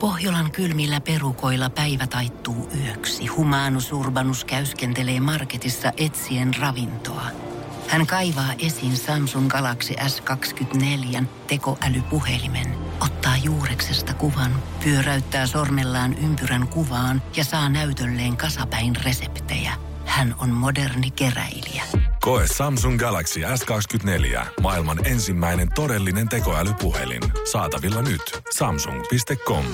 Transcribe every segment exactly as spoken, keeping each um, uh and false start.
Pohjolan kylmillä perukoilla päivä taittuu yöksi. Humanus Urbanus käyskentelee marketissa etsien ravintoa. Hän kaivaa esiin Samsung Galaxy S kaksikymmentäneljä tekoälypuhelimen, ottaa juureksesta kuvan, pyöräyttää sormellaan ympyrän kuvaan ja saa näytölleen kasapäin reseptejä. Hän on moderni keräilijä. Koe Samsung Galaxy S kaksikymmentäneljä, maailman ensimmäinen todellinen tekoälypuhelin. Saatavilla nyt. samsung piste com.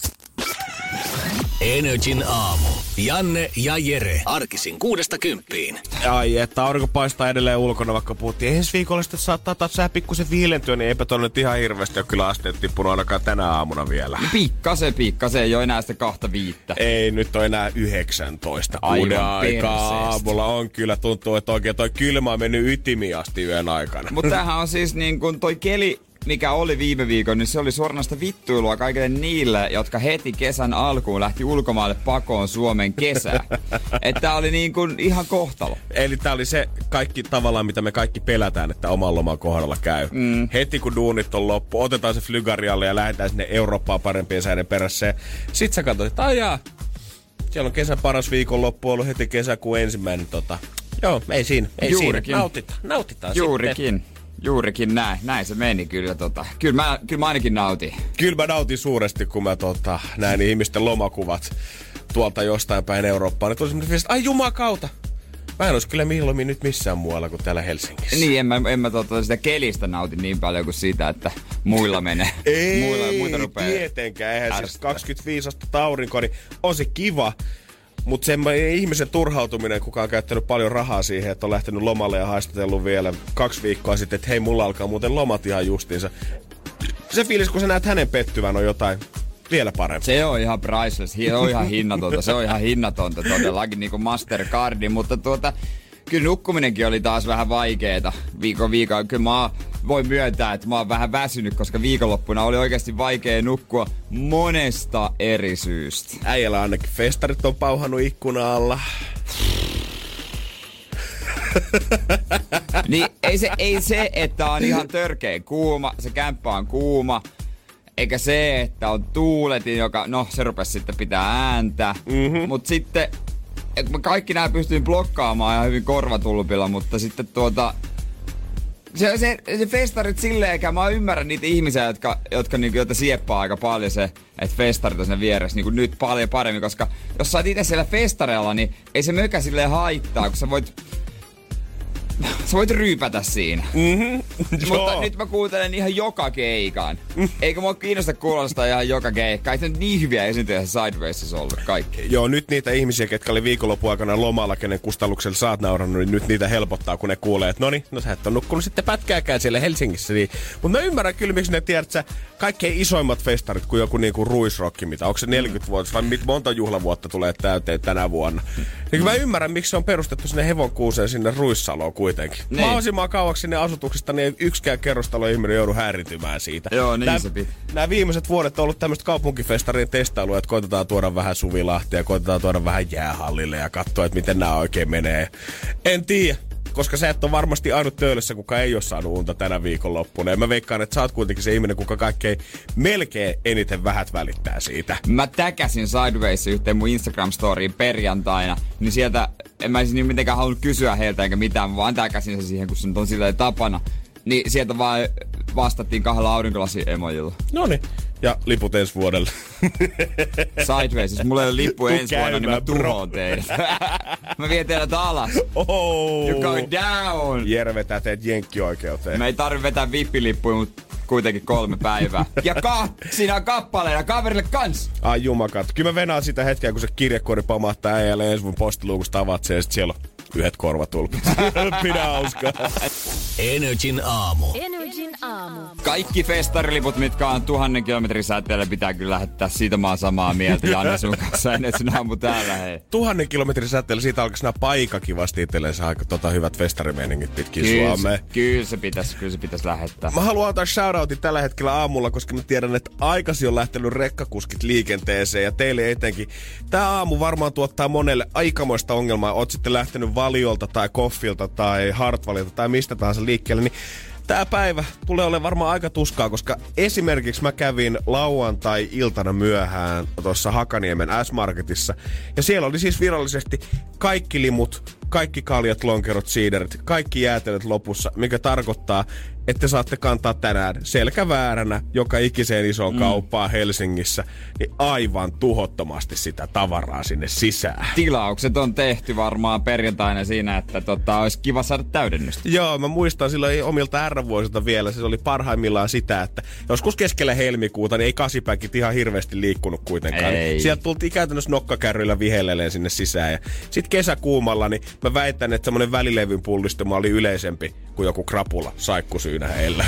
Energin aamu. Janne ja Jere. Arkisin kuudesta kymppiin. Ai, että aurinko paistaa edelleen ulkona, vaikka puhuttiin ensi viikolla sitten saattaa taas sää pikkusen viilentyä, niin eipä tuonne nyt ihan hirveästi ole kyllä asteet tippunut ainakaan tänä aamuna vielä. Pikkasen, pikkasen. Ei ole enää sitä kahta viittä. Ei, nyt on enää yhdeksäntoista. Kuuden aikaa aamulla on kyllä. Tuntuu, että oikein toi kylmä on mennyt ytimiin asti yön aikana. Mutta tämähän on siis niin kuin toi keli, mikä oli viime viikon, niin se oli suoranaista vittuilua kaikille niille, jotka heti kesän alkuun lähti ulkomaille pakoon Suomen kesää. Että tää oli niin kuin ihan kohtalo. Eli tää oli se kaikki tavallaan, mitä me kaikki pelätään, että oman loman kohdalla käy. Mm. Heti kun duunit on loppu, otetaan se flygarialle ja lähdetään sinne Eurooppaan parempien säiden perässä. Sit sä katsot, että ajaa, siellä on kesän paras viikonloppu ollut heti kesäkuun ensimmäinen tota. Joo, ei siinä, ei Juurikin. siinä. Nautitaan, nautitaan Juurikin. sitten. Juurikin näin. Näin se meni kyllä. Tota. Kyllä, mä, kyllä mä ainakin nautin. Kyllä mä nautin suuresti, kun mä tota, näin ihmisten lomakuvat tuolta jostain päin Eurooppaan. Niin tuli semmoinen fiilis, että ai jumakauta. Mä en olisi kyllä milloin nyt missään muualla kuin täällä Helsingissä. Niin, en mä, en mä tota, sitä kelistä nautin niin paljon kuin siitä, että muilla menee. Ei, muilla, muita rupeaa tietenkään. Eihän siis kaksikymmentäviisi astetta aurinko, niin on se kiva. Mutta semmoinen ihmisen turhautuminen, kuka on käyttänyt paljon rahaa siihen, että on lähtenyt lomalle ja haistatellut vielä kaksi viikkoa sitten, että hei, mulla alkaa muuten lomat ihan justiinsa. Se fiilis, kun sä näet hänen pettyvän, on jotain vielä parempi. Se on ihan priceless, se on ihan hinnatonta, se on ihan hinnatonta todellakin niin kuin Mastercardi, mutta tuota, kyllä nukkuminenkin oli taas vähän vaikeeta viikon viikon. Kyllä mä voin myöntää, että mä oon vähän väsynyt, koska viikonloppuna oli oikeasti vaikea nukkua monesta eri syystä. Äijällä ainakin festarit on pauhannut ikkuna alla. Niin ei se, ei se, että on ihan törkeä kuuma, se kämppä on kuuma. Eikä se, että on tuuletin, joka, no se rupesi sitten pitää ääntä. Mm-hmm. Mut sitten, että mä kaikki nää pystyin blokkaamaan ihan hyvin korvatulpilla, mutta sitten tuota... Se, se, se festarit silleenkään, mä ymmärrän niitä ihmisiä, jotka, jotka niinku, joita sieppaa aika paljon se, että festarit on siinä vieressä niinku nyt paljon paremmin, koska jos sä oot itse siellä festareilla, niin ei se mökä silleen haittaa, kun sä voit... Sä voit ryypätä siinä. Mm-hmm. Mutta nyt mä kuuntelen ihan joka keikan. Mm. Eikä mua kiinnosta kuulostaa ihan joka keikka. Ei se nyt niin hyviä esiintyjä Sidewaysissa ollut kaikki. Joo, nyt niitä ihmisiä, ketkä oli viikonlopun aikana lomalla, kenen kustannuksella sä oot naurannut, niin nyt niitä helpottaa, kun ne kuulee, että noniin, no sä et on nukkunut sitten pätkääkään siellä Helsingissä. Niin. Mutta mä ymmärrän kyllä, miksi ne tiedät sä kaikkein isoimmat festarit kuin joku niinku ruisrokki, mitä. Onko se neljäkymmentä vuotta vai monta juhlavuotta tulee täyteen tänä vuonna. Niin mä ymmärrän, miksi se on perustettu sinne hevonkuuseen sinne Ruissaloon kuitenkin. Niin. Mahdollisimman kauaksi sinne asutuksesta, niin ei yksikään kerrostalo ihminen joudu häiritymään siitä. Joo, niin Nää, se pitää. Nämä viimeiset vuodet on ollut tämmöistä kaupunkifestarien testailua, että koitetaan tuoda vähän Suvilahtia ja koitetaan tuoda vähän jäähallille ja katsoa, että miten nämä oikein menee. En tiedä, koska sä et ole varmasti ainut töölössä, kuka ei ole saanut unta tänä viikonloppuna. Ja mä veikkaan, että sä oot kuitenkin se ihminen, kuka kaikkein melkein eniten vähät välittää siitä. Mä täkäsin Sidewaysin yhteen mun Instagram-storyin perjantaina, niin sieltä en mä siis mitenkään halunnut kysyä heiltä eikä mitään, vaan täkäsin se siihen, kun se on silleen tapana. Niin sieltä vaan vastattiin kahdella aurinkolasi-emojilla. Noniin. Ja liput ensi vuodelle. Sideways, jos mulla ei ole lippu ensi vuonna, niin mä tuhoon teidät. Mä vien teidät alas. Oh. You go down. Jere vetää teet jenkkioikeuteen. Me ei tarvi vetää vippilippuja, mutta kuitenkin kolme päivää. Ja kaksina kappaleina kaverille kans. Ai jumakat. Kyllä mä venaan sitä hetkeä, kun se kirjekuori pamahtaa äijälle ensi vuonna postiluukusta avaat sen ja sit siellä on yhdet korvatulpit. Pidä hauskaa. Energin aamu. Energin aamu. Kaikki festariliput, mitkä on tuhannen kilometrin säteellä, pitää kyllä lähettää. Siitä mä oon samaa mieltä. Janne sun kanssa Energin aamu täällä, hei. Tuhannen kilometrin säteellä, siitä alkaisi nää paikka kivasti itselleen aika tota hyvät festarimeiningit pitkin kyllä, Suomeen. Kyllä se pitäisi, kyllä se pitäisi lähettää. Mä haluan antaa shoutoutin tällä hetkellä aamulla, koska mä tiedän, että aikaisin on lähtenyt rekkakuskit liikenteeseen ja teille etenkin. Tää aamu varmaan tuottaa monelle aikamoista ongelmaa. Oot sitten lähtenyt Valiolta tai Koffilta tai Hartwallilta tai mistä tahansa liikkeelle, niin Tää päivä tulee olemaan varmaan aika tuskaa, koska esimerkiksi mä kävin lauantai-iltana myöhään tuossa Hakaniemen S-Marketissa. Ja siellä oli siis virallisesti kaikki limut, kaikki kaljat, lonkerot, siiderit, kaikki jäätelöt lopussa, mikä tarkoittaa, että te saatte kantaa tänään selkävääränä joka ikiseen isoon mm. kauppaan Helsingissä, niin aivan tuhottomasti sitä tavaraa sinne sisään. Tilaukset on tehty varmaan perjantaina siinä, että tota, olisi kiva saada täydennystä. Joo, mä muistan silloin omilta R-vuosilta vielä, se oli parhaimmillaan sitä, että joskus keskellä helmikuuta, niin ei kasipäkit ihan hirveästi liikkunut kuitenkaan. Ei. Sieltä tultiin käytännössä nokkakärryillä vihellelleen sinne sisään. Ja sit kesäkuumalla, niin mä väitän, että semmonen välilevyn pullistuma oli yleisempi kuin joku krapula saikkusyynä heillä.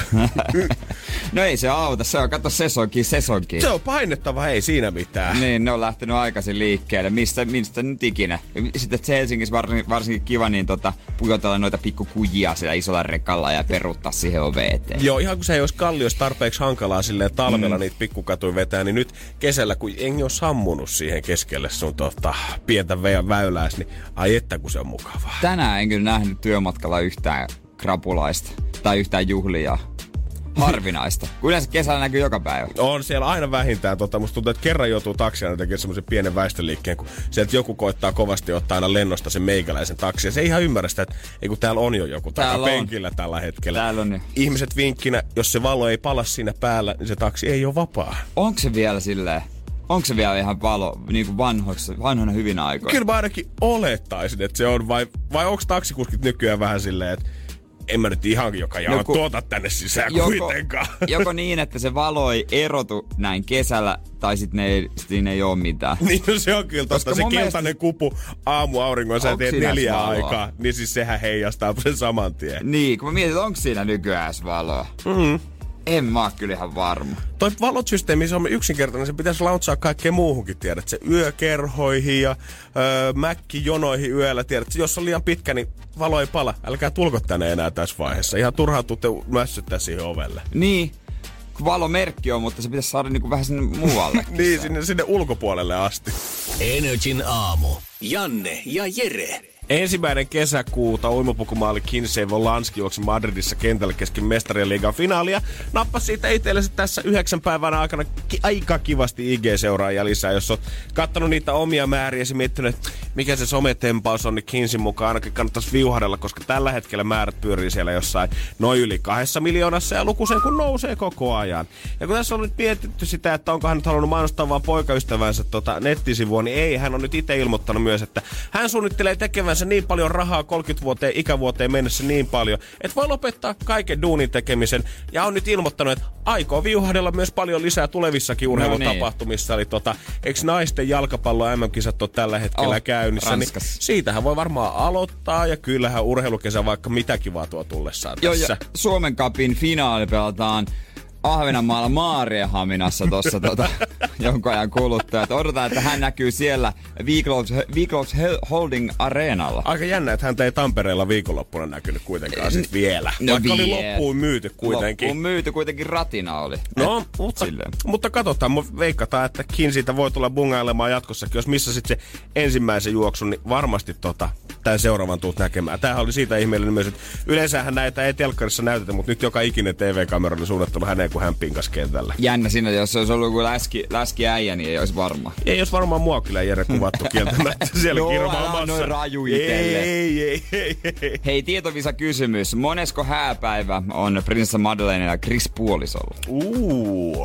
No ei se auta, se on, kato sesonkin, sesonkin. Se on painettava, ei siinä mitään. Niin, ne on lähtenyt aikaisin liikkeelle, mistä, mistä nyt ikinä. Sitten se Helsingissä varsinkin, varsinkin kiva, niin tota, pujotella noita pikkukujia siellä isolla rekalla ja peruuttaa siihen oveen eteen. Joo, ihan kun se ei olisi Kalliossa tarpeeksi hankalaa silleen talvella mm. niitä pikkukatuja vetää, niin nyt kesällä, kun jengi on sammunut siihen keskelle sun tota, pientä väylääs, niin ai että kun se on mukavaa. Tänään en kyllä nähnyt työmatkalla yhtään krapulaista tai yhtään juhlijaa. Harvinaista. Kun yleensä kesällä näkyy joka päivä. On siellä aina vähintään. Tota, musta tuntuu, että kerran joutuu taksina tekemään semmoisen pienen väistöliikkeen, kun sieltä joku koittaa kovasti ottaa aina lennosta sen meikäläisen taksi. Ja se ei ihan ymmärrä sitä, että ei kun täällä on jo joku takapenkillä tällä hetkellä. Täällä on. Ihmiset vinkkinä, jos se valo ei pala siinä päällä, niin se taksi ei ole vapaa. Onko se vielä silleen? Onko se vielä ihan valo, niin kuin vanhoissa, vanhoina hyvinä aikoina? Kyllä mä ainakin olettaisin, että se on. Vai, vai onko taksikuskit nykyään vähän silleen, että en mä nyt ihan joka jaa joku, tuota tänne sisään joko, kuitenkaan. Joko niin, että se valo ei erotu näin kesällä, tai sitten ei, siinä ei oo mitään. Niin no se on kyllä totta. Se keltainen mielestä kupu aamuauringon, sä teet neljä valoa? Aikaa, niin siis sehän heijastaa sen saman tien. Niin, kun mä mietin, onko siinä nykyään valoa? Mm-hmm. En mä oo kyllä ihan varma. Toi valot-systeemi, se on yksinkertainen. Se pitäisi launchaa kaikkeen muuhunkin, tiedät. Se yökerhoihin ja öö, mäkkijonoihin yöllä, tiedät. Jos on liian pitkä, niin valo ei pala. Älkää tulko tänne enää tässä vaiheessa. Ihan turhaan tuutte mässyttää siihen ovelle. Niin, kun valomerkki on, mutta se pitäisi saada niinku vähän sinne muualle. Niin, sinne, sinne ulkopuolelle asti. Energin aamu. Janne ja Jere. Ensimmäinen kesäkuuta uimapukumaali Kinsey Wolanski juoksi Madridissa kentälle kesken mestarien liigan finaalia. Nappasi siitä itsellesi tässä yhdeksän päivän aikana ki- aika kivasti I G-seuraajia lisää. Jos oot kattonut niitä omia määriä ja miettinyt, mikä se sometempaus on, niin Kinsin mukaan ainakin kannattaisi viuhadella, koska tällä hetkellä määrät pyörii siellä jossain noin yli kahdessa miljoonassa ja luku sen kun nousee koko ajan. Ja kun tässä on nyt mietitty sitä, että onko hän nyt halunnut mainostaa vaan poikaystävänsä tota nettisivua, niin ei. Hän on nyt itse ilmoittanut myös, että hän suunnittelee tekevänsä niin paljon rahaa kolmekymmentä vuoteen ikävuoteen mennessä niin paljon, että voi lopettaa kaiken duunin tekemisen. Ja on nyt ilmoittanut, että aikoo viuhahdella myös paljon lisää tulevissakin urheilutapahtumissa. No niin. Eli tota, eikö naisten jalkapallo M M-kisat ole tällä hetkellä oh, käynnissä? Niin siitähän voi varmaan aloittaa ja kyllähän urheilukesä vaikka mitä kivaa tuo tullessaan Joo, tässä. Ja Suomen Cupin finaali pelataan Ahvenanmaalla Maarienhaminassa tuossa tota, jonkun ajan kuluttua. Että odotetaan, että hän näkyy siellä Viikloops Holding Areenalla. Aika jännä, että häntä ei Tampereella viikonloppuna näkynyt kuitenkaan sit vielä. No Vaikka vie. oli loppuun myyty kuitenkin. Loppuun myyty kuitenkin ratina oli. No, Et, mutta, mutta katsotaan. Me veikkataan, että Kinsistä voi tulla bungailemaan jatkossakin. Jos missä sitten se ensimmäisen juoksun, niin varmasti tota, tämän seuraavan tuut näkemään. Tämähän oli siitä ihmeellinen myös, että yleensähän näitä ei telkkarissa näytetä, mutta nyt joka ikinen T V-kamera oli suunnattu häneen, kun hän pinkas kentällä. Jännä siinä, jos se olisi ollut joku läski, läski äijä, niin ei olisi varmaan. Ei olisi varmaan mua kyllä Jere kuvattu kieltämättä siellä no, kirmaamassa. Noin raju itelle. Ei, ei, ei, ei. Hei, tietovisa kysymys. Monesko hääpäivä on prinsessa Madeleine ja Chris puolisolla? Uuu,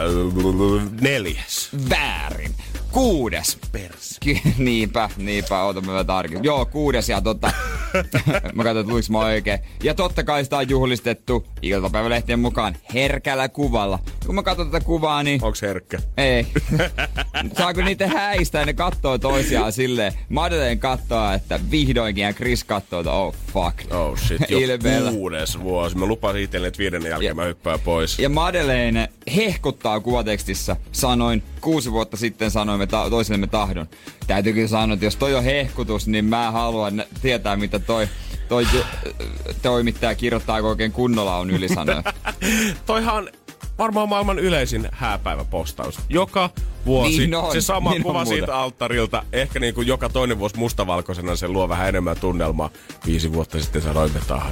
neljäs. Väärin. Kuudes. Persi. Ky- niinpä, niinpä, oota mä vähän tarkistin. Joo, kuudes ja tota, mä katsoin, että luiks mä oikein. Ja totta kai sitä on juhlistettu iltapäivälehtien mukaan herkällä kuvalla. Kun mä katson tätä kuvaa, niin... Onks herkkä? Ei. Saako niitä häistä ja ne kattoo toisiaan silleen. Madeleine kattoo, että vihdoinkin ja Chris kattoo, että oh fuck. Oh shit, jo Ilmeellä. kuudes vuosi. Mä lupasin itselleni, että viidennen jälkeen ja, mä hyppään pois. Ja Madeleine hehkuttaa kuvatekstissä sanoin, kuusi vuotta sitten sanoimme ta- toisillemme tahdon. Täytyy kyllä sanoa, että jos toi on hehkutus, niin mä haluan tietää, mitä toi, toi toimittaja kirjoittaa, kun oikein kunnolla on ylisanoja. Toihan varmaan maailman yleisin hääpäiväpostaus. Joka vuosi niin on, se sama niin kuva siitä alttarilta. Ehkä niin kuin joka toinen vuosi mustavalkoisena se luo vähän enemmän tunnelmaa. Viisi vuotta sitten sanoimme tahdon.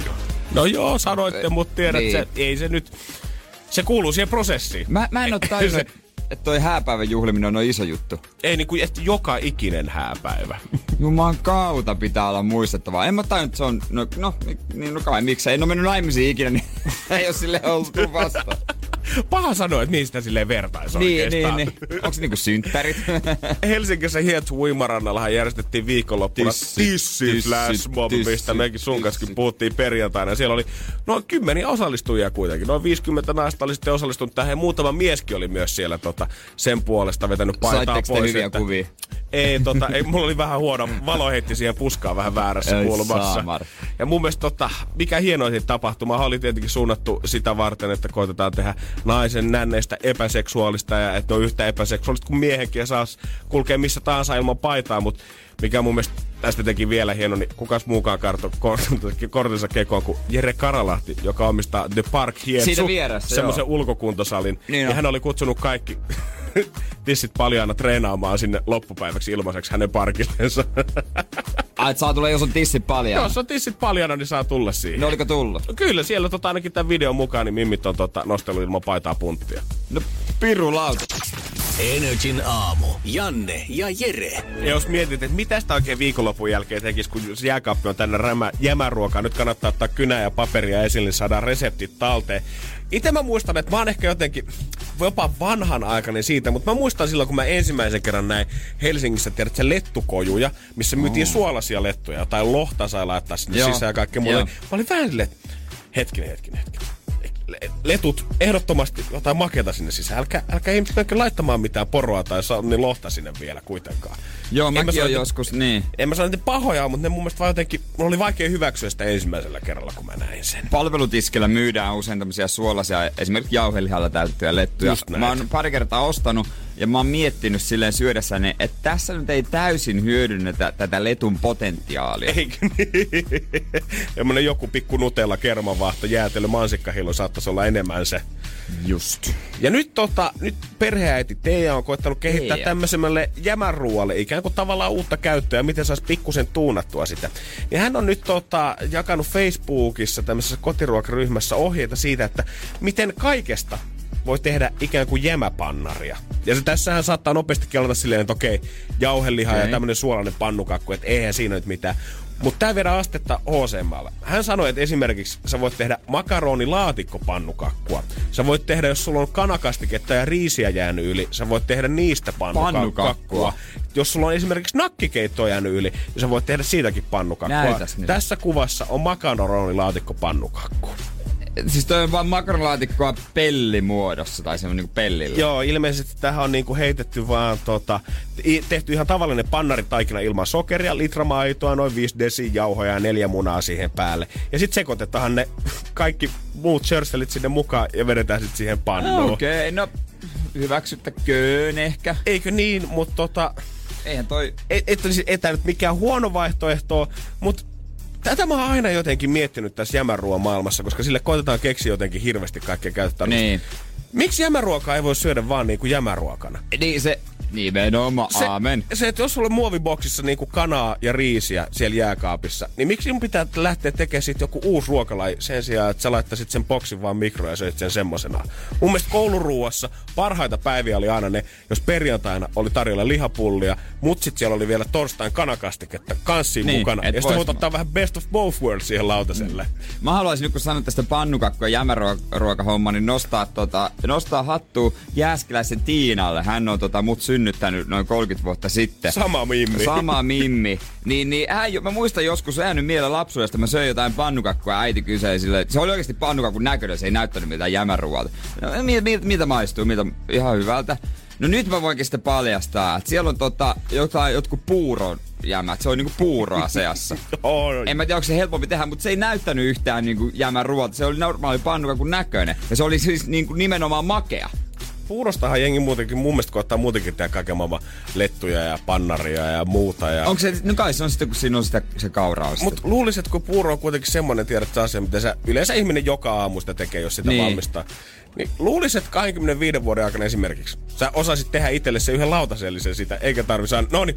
No joo, sanoitte, mutta tiedät, niin. se, ei se nyt... Se kuuluu siihen prosessiin. Mä, mä en oo tajunnut, että et toi hääpäivän juhliminen on noin iso juttu. Ei niinku, että joka ikinen hääpäivä. Juman kautta pitää olla muistettavaa. En mä tajunnut, että se on... No, no, niin, no kai miksei. En oo mennyt naimisiin ikinä, niin ei oo silleen ollut vasta. Paha sanoa, että mihin sitä silleen vertaisi niin, oikeastaan. Niin, niin. Onko se niinku synttärit? Helsingissä Hietsu Uimarannallahan järjestettiin viikonloppuna Tissi Flash Mob, mistä mekin sun kanssa puhuttiin perjantaina. Siellä oli noin kymmeniä osallistujia kuitenkin. Noin viisikymmentä naista oli sitten osallistunut tähän. Muutama mieskin oli myös siellä tota, sen puolesta vetänyt paitaa Saitteko pois. te hyviä että... kuvia? Ei, tota, ei, mulla oli vähän huono. Valo heitti siihen puskaan vähän väärässä Ei kulmassa. saamar. Ja mun mielestä tota, mikä hienoisin tapahtuma oli tietenkin suunnattu sitä varten, että koitetaan tehdä naisen nänneistä epäseksuaalista ja että on yhtä epäseksuaalista kuin miehenkin ja saas kulkea missä tahansa ilman paitaa, mutta mikä mun mielestä tästä teki vielä hieno, niin kukas muukaan karto kortensa kekoon kuin Jere Karalahti, joka omistaa The Park Hietsu. Siitä vieressä, semmoisen ulkokuntosalin. Niin ja on. hän oli kutsunut kaikki tissit paljaana treenaamaan sinne loppupäiväksi ilmaiseksi hänen parkilleensa. Ai, et saa tulla, jos on tissit paljon. Jos on tissit paljana, niin saa tulla siihen. No oliko tullut? Kyllä, siellä tota, ainakin tämän videon mukaan, niin mimmit on tota, nostellut ilman paitaa punttia. No pirulauta. Energin aamu. Janne ja Jere. Ja jos mietit, että mitä sitä oikein viikonlopun jälkeen tekisi, kun se jääkaappi on tänne rämä, jämäruokaa, nyt kannattaa ottaa kynää ja paperia esille, niin saadaan reseptit talteen. Itse mä muistan, että mä oon ehkä jotenkin jopa vanhan aikainen siitä, mutta mä muistan silloin, kun mä ensimmäisen kerran näin Helsingissä, tiedätkö, lettukojuja, missä myytiin oh. suolaisia lettuja, tai lohta sai laittaa sinne Joo. sisään ja kaikkea muuta. Mä olin vähän silleen, että hetkinen, hetkinen, hetkinen. Letut ehdottomasti jotain makeata sinne sisään. Älkää, älkää ihmiset mennä laittamaan mitään poroa tai saa niin lohta sinne vielä kuitenkaan. Joo, en mäkin mä oon joskus, niin. En mä sano niitä pahoja, mutta ne mun mielestä vaan jotenkin, mulla oli vaikea hyväksyä sitä ensimmäisellä kerralla, kun mä näin sen. Palvelutiskillä myydään usein tämmöisiä suolaisia, esimerkiksi jauhelihalla täytettyjä lettuja. Mä oon pari kertaa ostanut ja mä oon miettinyt silleen syödessäni, että tässä nyt ei täysin hyödynnetä tätä letun potentiaalia. Eikö niin? Semmonen joku pikku Nutella kermavahto, jäätelö, mansikkahillo saattaisi olla enemmän se. Just. Ja nyt, tota, nyt perheäiti Teija on koettanut kehittää tämmöisemmälle jämänruoalle ikään kuin tavallaan uutta käyttöä, miten saisi pikkusen tuunattua sitä. Ja hän on nyt tota, jakanut Facebookissa tämmöisessä kotiruokaryhmässä ohjeita siitä, että miten kaikesta voi tehdä ikään kuin jämäpannaria. Ja se tässähän saattaa nopeasti kelata silleen, että okei, jauheliha okay. ja tämmönen suolainen pannukakku, että eihän siinä nyt mitään. Mutta tää viedään astetta hooseemmalle. Hän sanoi, että esimerkiksi sä voit tehdä makaronilaatikkopannukakkua. Sä voit tehdä, jos sulla on kanakastiketta ja riisiä jäänyt yli, sä voit tehdä niistä pannukakkua. Jos sulla on esimerkiksi nakkikeittoa jäänyt yli, niin sä voit tehdä siitäkin pannukakkua. Tässä kuvassa on makaronilaatikkopannukakku. Siis toi on vaan makaronilaatikkoa pellimuodossa tai semmoinen niinku pellillä. Joo, ilmeisesti tähän on niinku heitetty vaan tota, tehty ihan tavallinen pannaritaikina ilman sokeria, litra maitoa, noin viisi desi jauhoja ja neljä munaa siihen päälle. Ja sit sekoitetaan ne kaikki muut sörstelit sinne mukaan ja vedetään sit siihen pannuun. Okei, okay, no hyväksyttäköön ehkä. Eikö niin, mutta tota... Eihän toi... Et, et olisi etä nyt mikään huono vaihtoehto, mutta tätä mä oon aina jotenkin miettinyt tässä jämänruoan maailmassa, koska sille koitetaan keksiä jotenkin hirveästi kaikkea käyttää. Niin. Miksi jämänruokaa ei voi syödä vaan niinku jämänruokana? Niin se, nimenomaan, se, aamen. Se, että jos sulla on muoviboksissa niinku kanaa ja riisiä siellä jääkaapissa, niin miksi sun pitää lähteä tekemään siitä joku uusi ruokalaji sen sijaan, että sä laittaisit sen boksin vaan mikroon ja söit sen semmosena. Mun mielestä kouluruuassa parhaita päiviä oli aina ne, jos perjantaina oli tarjolla lihapullia, mut sit siellä oli vielä torstain kanakastiketta kanssiin niin, mukana. Ja sitten voit ottaa vähän best of both worlds siihen lautaselle. Mm. Mä haluaisin nyt, kun sanoit tästä pannukakku- ja jämäruokahomma, niin nostaa, tota, nostaa hattua Jääskeläisen Tiinalle. Hän on tota, mut synnyttänyt noin kolmekymmentä vuotta sitten. Sama mimmi. Sama mimmi. Niin, niin hän, mä muistan joskus jäänyt mieleen lapsuudesta, mä söin jotain pannukakkua ja äiti kysyi sille, se oli oikeasti pannukakun näköinen, se ei näyttänyt mitään jämäruoalta. No, mi, mi, mitä maistuu, mitä, ihan hyvältä. No nyt mä voinkin sitten paljastaa, että siellä on tota, jotain, jotkut puuron jämät, se on niinku puuroa seassa. En mä tiedä, onko se helpompi tehdä, mutta se ei näyttänyt yhtään niinku jämäruoalta, se oli normaali pannukakun näköinen. Ja se oli siis niinku nimenomaan makea. Puurostahan jengi muutenkin, mun mielestä koettaa muutenkin tehdä kaiken maailman lettuja ja pannaria ja muuta. Ja... Onko se, no kai se on sitten, kun siinä on sitä, se kauraus. Mut luulisin, että kun puuro on kuitenkin semmoinen, tiedät asia, mitä sä, yleensä ihminen joka aamu sitä tekee, jos sitä niin. valmistaa. Niin luulisin, että kaksikymmentäviisi vuoden aikana esimerkiksi sä osaisit tehdä itselle se yhden lautasellisen sitä, eikä tarvi saada, no niin,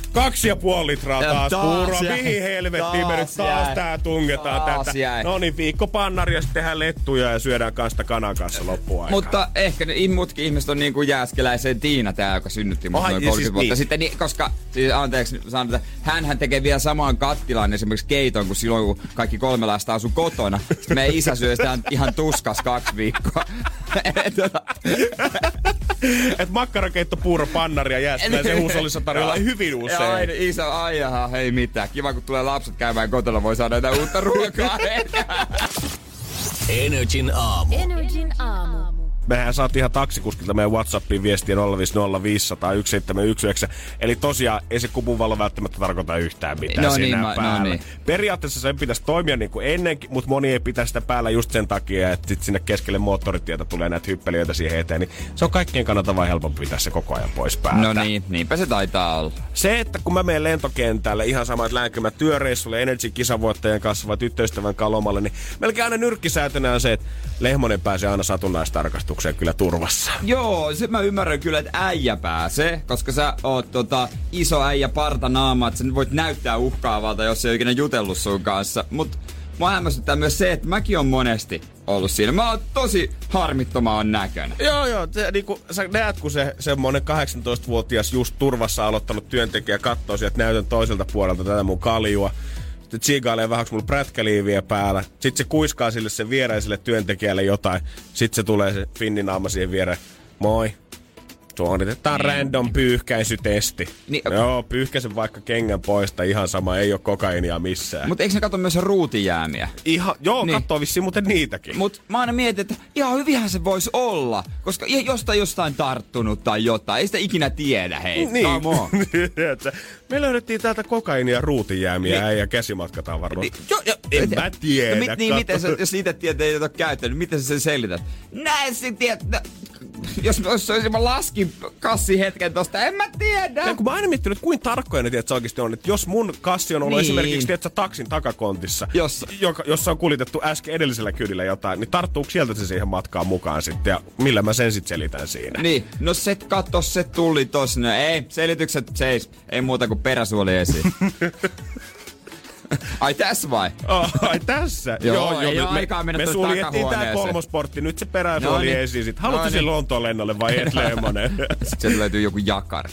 Kaksi ja puoli litraa taas, taas puuroa. Mihin helvettiin me nyt taas tää tungetaan taas tätä. Jäi. No niin, viikko pannari ja sitten tehdään lettuja ja syödään kanssa kanan kanssa loppuaikaa. Mutta ehkä ne muutkin ihmiset on niin kuin Jääskeläisen Tiina tää, joka synnytti mut noin kolmekymmentä siis vuotta niin. sitten. Niin, koska, siis anteeksi, sanon, että hänhän tekee vielä samaan kattilaan esimerkiksi keiton kuin silloin, kun kaikki kolme lasta asuu kotona. Sitten meidän isä syö sitä ihan tuskas kaksi viikkoa. Et makkarakeitto, puuro, pannari ja Jääskeläisen huusollissa tarjolla hyvin usein. Ja aina isä, ai jaha, hei mitään. Kiva, kun tulee lapset käymään kotona, voi saada jotain uutta ruokaa. Energin aamu. Energin aamu. Mehän saatiin ihan taksikuskilta meidän WhatsAppiin viestiä nolla viisi nolla viisi nolla nolla yksi seitsemän yksi yhdeksän. Eli tosiaan ei se kupuvalo välttämättä tarkoita yhtään mitään no siinä niin, päällä. No niin. Periaatteessa sen pitäisi toimia niin kuin ennenkin, mutta moni ei pitäisi sitä päällä just sen takia, että sit sinne keskelle moottoritietä tulee näitä hyppelijöitä siihen eteen. Niin se on kaikkien kannalta vaan helpompi pitää se koko ajan pois päältä. No niin, niinpä se taitaa olla. Se, että kun mä menen lentokentälle ihan sama, että lähdenkö mä työreissulle Energy-kisavoittajan kanssa vai tyttöystävän kalomalle, niin melkein aina nyrkkisäätönä on se, että Lehmonen pääsee aina satunnaistarkastukseen kyllä turvassa. Joo, se mä ymmärrän kyllä, että äijä pääsee, koska sä oot tota, iso äijä partanaama, että sä voit näyttää uhkaavalta, jos ei ole ikinä jutellut sun kanssa. Mut mua hämmästyttää myös se, että mäkin on monesti ollut siinä. Mä oon tosi harmittomaan näköinen. Joo, joo. Se, niinku, sä näet, kun se semmonen kahdeksantoistavuotias just turvassa aloittanut työntekijä katsoo sieltä näytön toiselta puolelta tätä mun kaljua. Sitten tsiigailee vähän, mulla prätkäliiviä päällä. Sitten se kuiskaa sille sen viereiselle työntekijälle jotain. Sitten se tulee se finninaama siihen viereen. Moi. Suoritetaan mm. random pyyhkäisytesti. Niin, joo, pyyhkäisen vaikka kengän poista, ihan sama, ei oo kokainia missään. Mutta eikö ne katso myös ruutijäämiä? Ihan, joo, niin. Kattoo vissiin muuten niitäkin. Mut mä aina mietin, että ihan hyvinhän se voisi olla, koska jostain jostain tarttunut tai jotain. Ei sitä ikinä tiedä, hei. Niin. Me löydettiin täältä kokainia ruutijäämiä niin. Ja käsimatkatavaruus. Niin. Jo, jo, en mä tiedä. No, mit, niin, miten sä, jos itse tiedät, ei ole käyttänyt, miten sä sen selität? Näin sä tiedät. No, jos, jos, jos mä laskin kassi hetken tosta, en mä tiedä. Ja kun mä aina miettinyt, että kuinka tarkkoja ne tiedät, oikeasti on, että jos mun kassi on ollut niin. Esimerkiksi tiedät, taksin takakontissa, jossa. Joka, jossa on kuljetettu äsken edellisellä kyydillä jotain, niin tarttuuko sieltä se siihen matkaan mukaan sitten ja millä mä sen sitten selitän siinä? Niin, no se katso, se tuli tossa, no ei, selitykset seis, ei muuta kuin peräsuoli esiin. Ai tässä vai? Oh, ai tässä? Joo, joo, ei joo, ole aikaa mennä me suljettiin tää kolmosportti, nyt se peräsuoli no niin. Esiin sit. Haluatko no niin. Sen Lontoon lennolle vai et Lehmonen? Sitten sieltä löytyy joku jakari.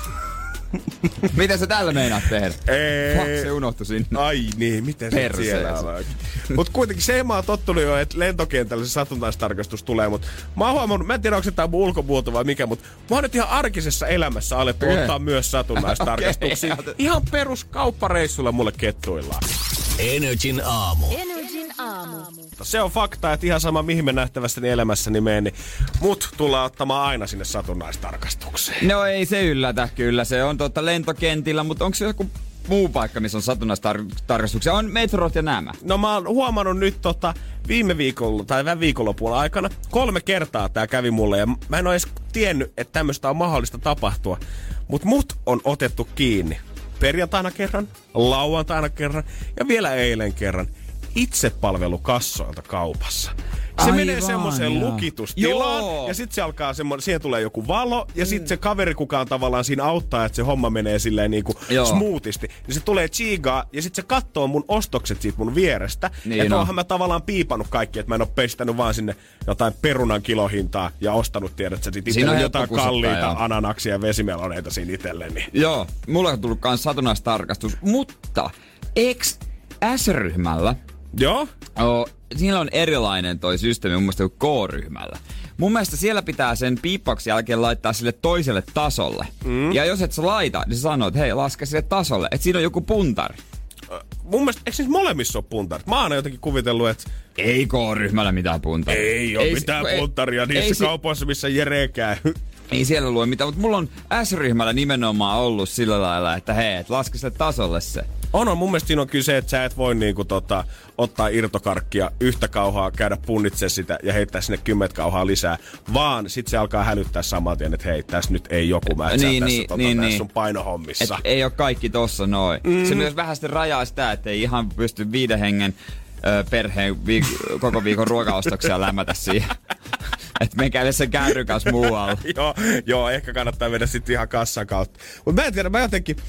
Miten sä tällä meinaat tehdä? Ei. Fuck, se unohtui sinne. Ai niin, miten se siellä on? Mut kuitenkin se mä oon tottunut jo, että lentokentällä se satunnaistarkastus tulee, mut mä oon huomannut, mä en tiedä onko se tää mun ulkomuoto vai mikä, mut mä oon nyt ihan arkisessa elämässä alettu okay. Ottaa myös satunnaistarkastuksia. Okay. Ihan perus kauppareissulla mulle kettuillaan. Energin aamu. Energin aamu. Se on fakta, että ihan sama mihin me nähtävässäni elämässäni menen, niin mut tullaan ottamaan aina sinne satunnaistarkastukseen. No ei se yllätä kyllä, se on totta lentokentillä, mutta onko se joku muu paikka, missä on satunnaistarkastuksia? On metrot ja nämä. No mä oon huomannut nyt tota viime viikolla tai vähän viikonlopun aikana kolme kertaa tää kävi mulle ja mä en oo edes tiennyt, että tämmöstä on mahdollista tapahtua. Mut mut on otettu kiinni. Perjantaina kerran, lauantaina kerran ja vielä eilen kerran itsepalvelukassoilta kaupassa. Se Aivan, menee semmoiseen lukitustilaan joo. Ja sit se alkaa semmoinen, siihen tulee joku valo ja sit se kaveri, kuka on tavallaan siinä auttaa, että se homma menee silleen niinku smoothisti. Niin se tulee chigaa ja sit se kattoo mun ostokset siitä mun vierestä. Niin että no. Onhan mä tavallaan piipannut kaikki, että mä en oo pestänyt vaan sinne jotain perunan kilohintaa ja ostanut tiedät sä sit itselleni jotain kalliita joo. Ananaksia ja vesimeloneita siinä itselleni. Joo, mulla on tullut kans satunnaistarkastus, mutta eks S-ryhmällä joo. Oh, siinä on erilainen toi systeemi mun mielestä kuin K-ryhmällä. Mun mielestä siellä pitää sen piippauksen jälkeen laittaa sille toiselle tasolle. Mm. Ja jos et sä laita, niin sä sanoo, että hei, laske sille tasolle. Että siinä on joku puntari. Mun mielestä, eikö siis molemmissa ole puntarit? Mä oon aina jotenkin kuvitellut, että ei K-ryhmällä mitään puntaria. Ei oo ei, mitään ei, puntaria niissä ei, kaupoissa, missä Jere käy. Ei siellä lue mitään, mutta mulla on S-ryhmällä nimenomaan ollut sillä lailla, että hei, et laske sille tasolle se. On, on. Mun mielestä siinä on kyllä se, että sä et voi niinku tota, ottaa irtokarkkia yhtä kauhaa, käydä punnitse sitä ja heittää sinne kymmentä kauhaa lisää, vaan sit se alkaa hälyttää saman tien, että hei, tässä nyt ei joku mätsää niin, tässä, niin, tota, niin, tässä niin. Sun painohommissa. Et ei oo kaikki tossa noin. Mm. Se myös vähän sitten rajaa sitä, että ei ihan pysty viiden hengen ö, perheen viik- koko viikon ruokaostoksia lämmätä siihen. Että me käydä sen käyryn kanssa muualla. joo, joo, ehkä kannattaa mennä sitten ihan kassan kautta. Mutta mä en tiedä, mä jotenkin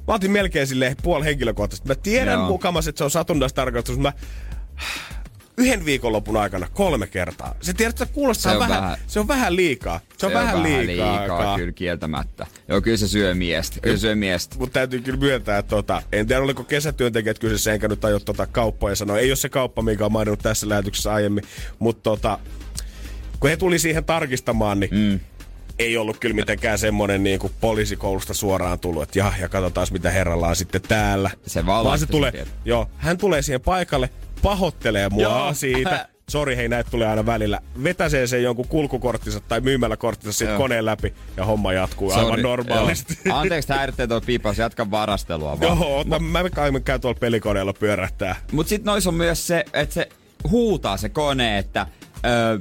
Mä otin melkein silleen puoli henkilökohtaisesti. Mä tiedän Joo. mukamas, että se on satunnaistarkoitus, mutta mä yhden viikonlopun aikana kolme kertaa. Se tiedät, että se kuulostaa Se on vähän, vähän- se on vähän liikaa. Se, se on, on vähän liikaa. liikaa kyllä kieltämättä. Joo, kyllä se syö miestä. Kyllä se syö miestä. Mutta täytyy kyllä myöntää, että tota, en tiedä oliko kesätyöntekijät kyseessä, enkä nyt aio tota kauppaa ja sanoa. Ei ole se kauppa, minkä on maininnut tässä lähetyksessä aiemmin. Mutta tota, kun he tuli siihen tarkistamaan, niin mm. ei ollut kyllä mitenkään semmoinen niin kuin poliisikoulusta suoraan tullut, että jah, ja katsotaan mitä herralla on sitten täällä. Se vaan Vaan se laittoi tulee, sen tiedon. joo, hän tulee siihen paikalle, pahoittelee mua Joo. siitä. Sori, hei, näitä tulee aina välillä. Vetäsee sen jonkun kulkukorttinsa tai myymäläkorttinsa siitä koneen läpi ja homma jatkuu Sorry. aivan normaalisti. Joo. Anteeksi, häiritsee tuo piipaus, jatka varastelua vaan. Joo, ota, mä käyn käyn tuolla pelikoneella pyörähtää. Mut sit nois on myös se, että se huutaa se kone, että öö,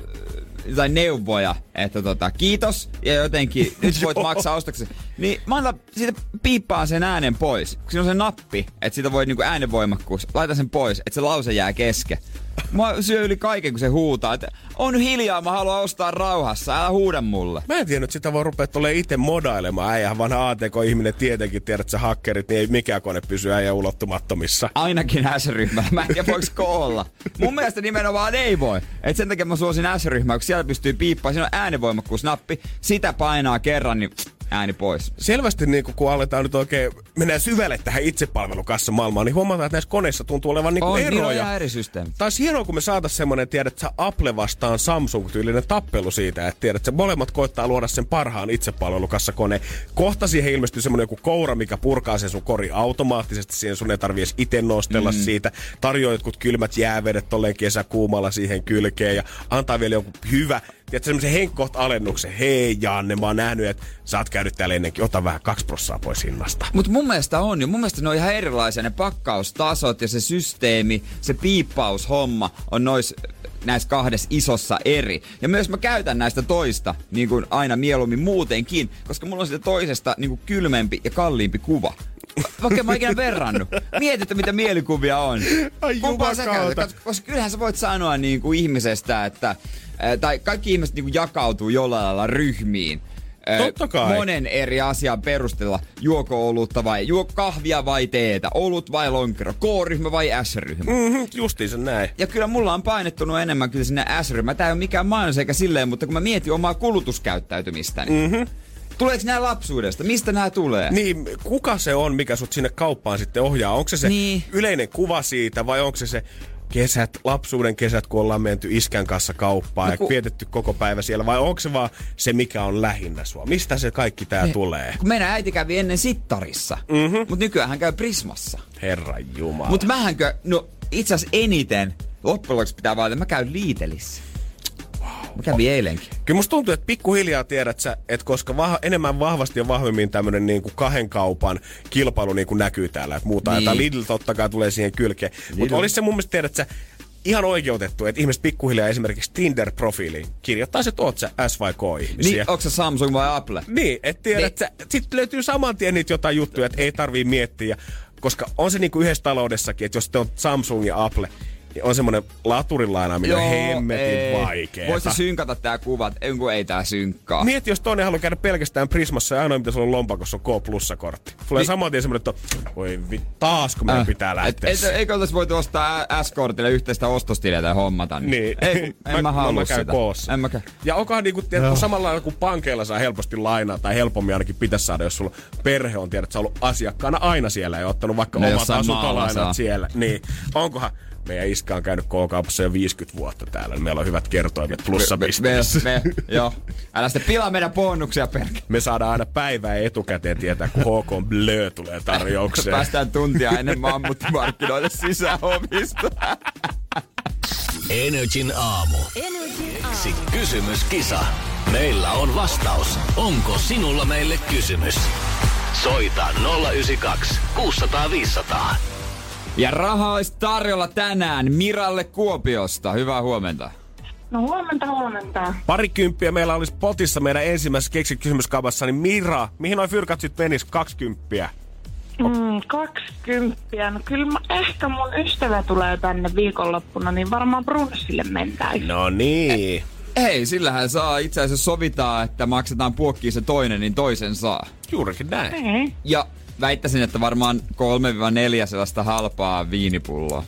tai neuvoja, että tota, kiitos ja jotenkin nyt voit maksaa ostoksesi. Niin mä annan siitä piippaan sen äänen pois. Siinä on se nappi, että siitä voi niinku äänenvoimakkuus. Laita sen pois, että se lause jää kesken. Mä syö yli kaiken, kun se huutaa, että on hiljaa, mä haluan ostaa rauhassa, älä huuda mulle. Mä en tiedä, että sitä voi rupea tolleen itse modailemaan. Äijähän vanha A T K-ihminen tietenkin tiedät, että sä hakkerit, niin ei mikään kone pysy äijän ulottumattomissa. Ainakin S-ryhmällä. Mä en tiedä, voiko olla. Mun mielestä nimenomaan ei voi. Et sen takia mä suosin S-ryhmää, kun siellä pystyy piippaamaan. Siinä on äänenvoimakkuusnappi. Sitä painaa kerran, niin ääni pois. Selvästi niin kun aletaan nyt oikein mennään syvälle tähän itsepalvelukassamaailmaan, niin huomataan, että näissä koneissa tuntuu olevan niin on, eroja. Niin on ihan eri systeemi. Taisi hienoa, kun me saatais semmonen, tiedät sä, Apple vastaan Samsung-tyylinen tappelu siitä, että tiedät sä, molemmat koittaa luoda sen parhaan itsepalvelukassakoneen. Kohta siihen ilmestyy semmonen joku koura, mikä purkaa sen sun kori automaattisesti, siihen sun ei tarvii edes itse nostella mm. siitä. Tarjoaa jotkut kylmät jäävedet tolleen kesäkuumalla siihen kylkeen ja antaa vielä joku hyvä, tiedätkö, semmoisen henkkoht-alennuksen. Hei Janne, mä oon nähnyt, että sä oot käynyt täällä ennenkin, ota vähän kaksi prossaa pois hinnasta. Mut mun mielestä on jo. Mun mielestä ne on ihan erilaisia. Ne pakkaustasot ja se systeemi, se piippaushomma on nois näissä kahdessa isossa eri. Ja myös mä käytän näistä toista niin kuin aina mieluummin muutenkin, koska mulla on siitä toisesta niin kuin kylmempi ja kalliimpi kuva. Vaikka mä oon ikinä verrannut. Mietitte, mitä mielikuvia on. Ai Kumpaa sä jumakauta. käytät? Koska kyllähän sä voit sanoa niin kuin ihmisestä, että tai kaikki ihmiset niin kuin jakautuu jollain lailla ryhmiin. Totta kai. Monen eri asian perusteella. Juoko olutta vai juoko kahvia vai teetä? Olut vai lonkero? K-ryhmä vai S-ryhmä? Mm-hmm, justiinsa näin. Ja kyllä mulla on painettunut enemmän kyllä sinne S-ryhmään. Tää ei ole mikään mainos eikä silleen, mutta kun mä mietin omaa kulutuskäyttäytymistäni. Mm-hmm. Tuleeko nää lapsuudesta? Mistä nää tulee? Niin, kuka se on, mikä sut sinne kauppaan sitten ohjaa? Onko se se Niin. yleinen kuva siitä vai onko se se kesät, lapsuuden kesät, kun ollaan menty iskän kanssa kauppaan No ja ku- vietetty koko päivä siellä, vai onko se vaan se, mikä on lähinnä sua? Mistä se kaikki tää tulee? Kun meidän äiti kävi ennen Sittarissa, mm-hmm. mutta nykyään hän käy Prismassa. Herran jumala. Mutta mähänkö, no itse asiassa eniten, loppujen lopuksi pitää valita, mä käyn Lidlissä. Mä kävin eilenkin. Kyllä musta tuntuu, että pikkuhiljaa tiedät sä, että koska vah- enemmän vahvasti ja vahvemmin tämmönen niinku kahden kaupan kilpailu niinku näkyy täällä, että muuta. Niin. Niin. Lidl totta kai tulee siihen kylkeen. Mutta olisi se mun mielestä tiedät sä, ihan oikeutettu, että ihmiset pikkuhiljaa esimerkiksi Tinder-profiiliin kirjoittaisi, että oot sä S vai K-ihmisiä. Niin, onko se Samsung vai Apple? Niin, että tiedät Niin. sä, sit löytyy saman tien niitä jotain juttuja, että ei tarvii miettiä. Koska on se niinku yhdessä taloudessakin, että jos te on Samsung ja Apple, niin on semmoinen laturin lainaaminen on hemmetin vaikeeta. Voisi synkata tää kuvat, ei kun ei tää synkkaa. Mieti, jos toinen haluaa käydä pelkästään Prismassa ja ainoa mitä sulla on lompakossa on K-plussakortti. Tulee Niin. saman tien semmoinen, että voi vi, taas kun meidän Äh, pitää lähteä. Et, et, eikö oltais voitu ostaa S-kortille yhteistä ostostiliä tai hommata? Niin. Ei, kun en mä, mä halua mä käyn sitä. koossa. En mä käy. Ja onkohan niinku, tiedätkö, samalla lailla kuin pankeilla saa helposti lainaa, tai helpommin ainakin pitäisi saada, jos sulla perhe on, tiedät, sä ollut asiakkaana aina siellä ja ottanut vaikka No, omat jossain maalla saa. asuntolainat siellä. Niin. Onkohan meidän iska on käynyt K-kaupassa jo viisikymmentä vuotta täällä, niin meillä on hyvät kertoimet plussapisteessä. Me, me, joo. Älä sitten pilaa meidän bonuksia perkele. Me saadaan aina päivää etukäteen tietää, kun H K Blö tulee tarjoukseen. Päästään tuntia ennen mammuttimarkkinoille sisäovista. Energin aamu. Energin aamu. Si- kysymyskisa. Meillä on vastaus. Onko sinulla meille kysymys? Soita nolla yhdeksän kaksi kuusi nolla nolla viisi nolla nolla. Ja rahaa olisi tarjolla tänään Miralle Kuopiosta. Hyvää huomenta. No huomenta, huomenta. Parikymppiä meillä olisi potissa meidän ensimmäisessä keksikysymyskaupassa, niin Mira, mihin noi fyrkat sit menis? Kaksikymppiä. Mm, kaksikymppiä. No kyllä mä, ehkä mun ystävä tulee tänne viikonloppuna, niin varmaan brunssille mentäisiin. No niin. Ei, sillähän saa itse asiassa sovitaan, että maksetaan puokkiin se toinen, niin toisen saa. Juurikin näin. Ei. Ja väittäisin, että varmaan kolme neljä sellaista halpaa viinipulloa.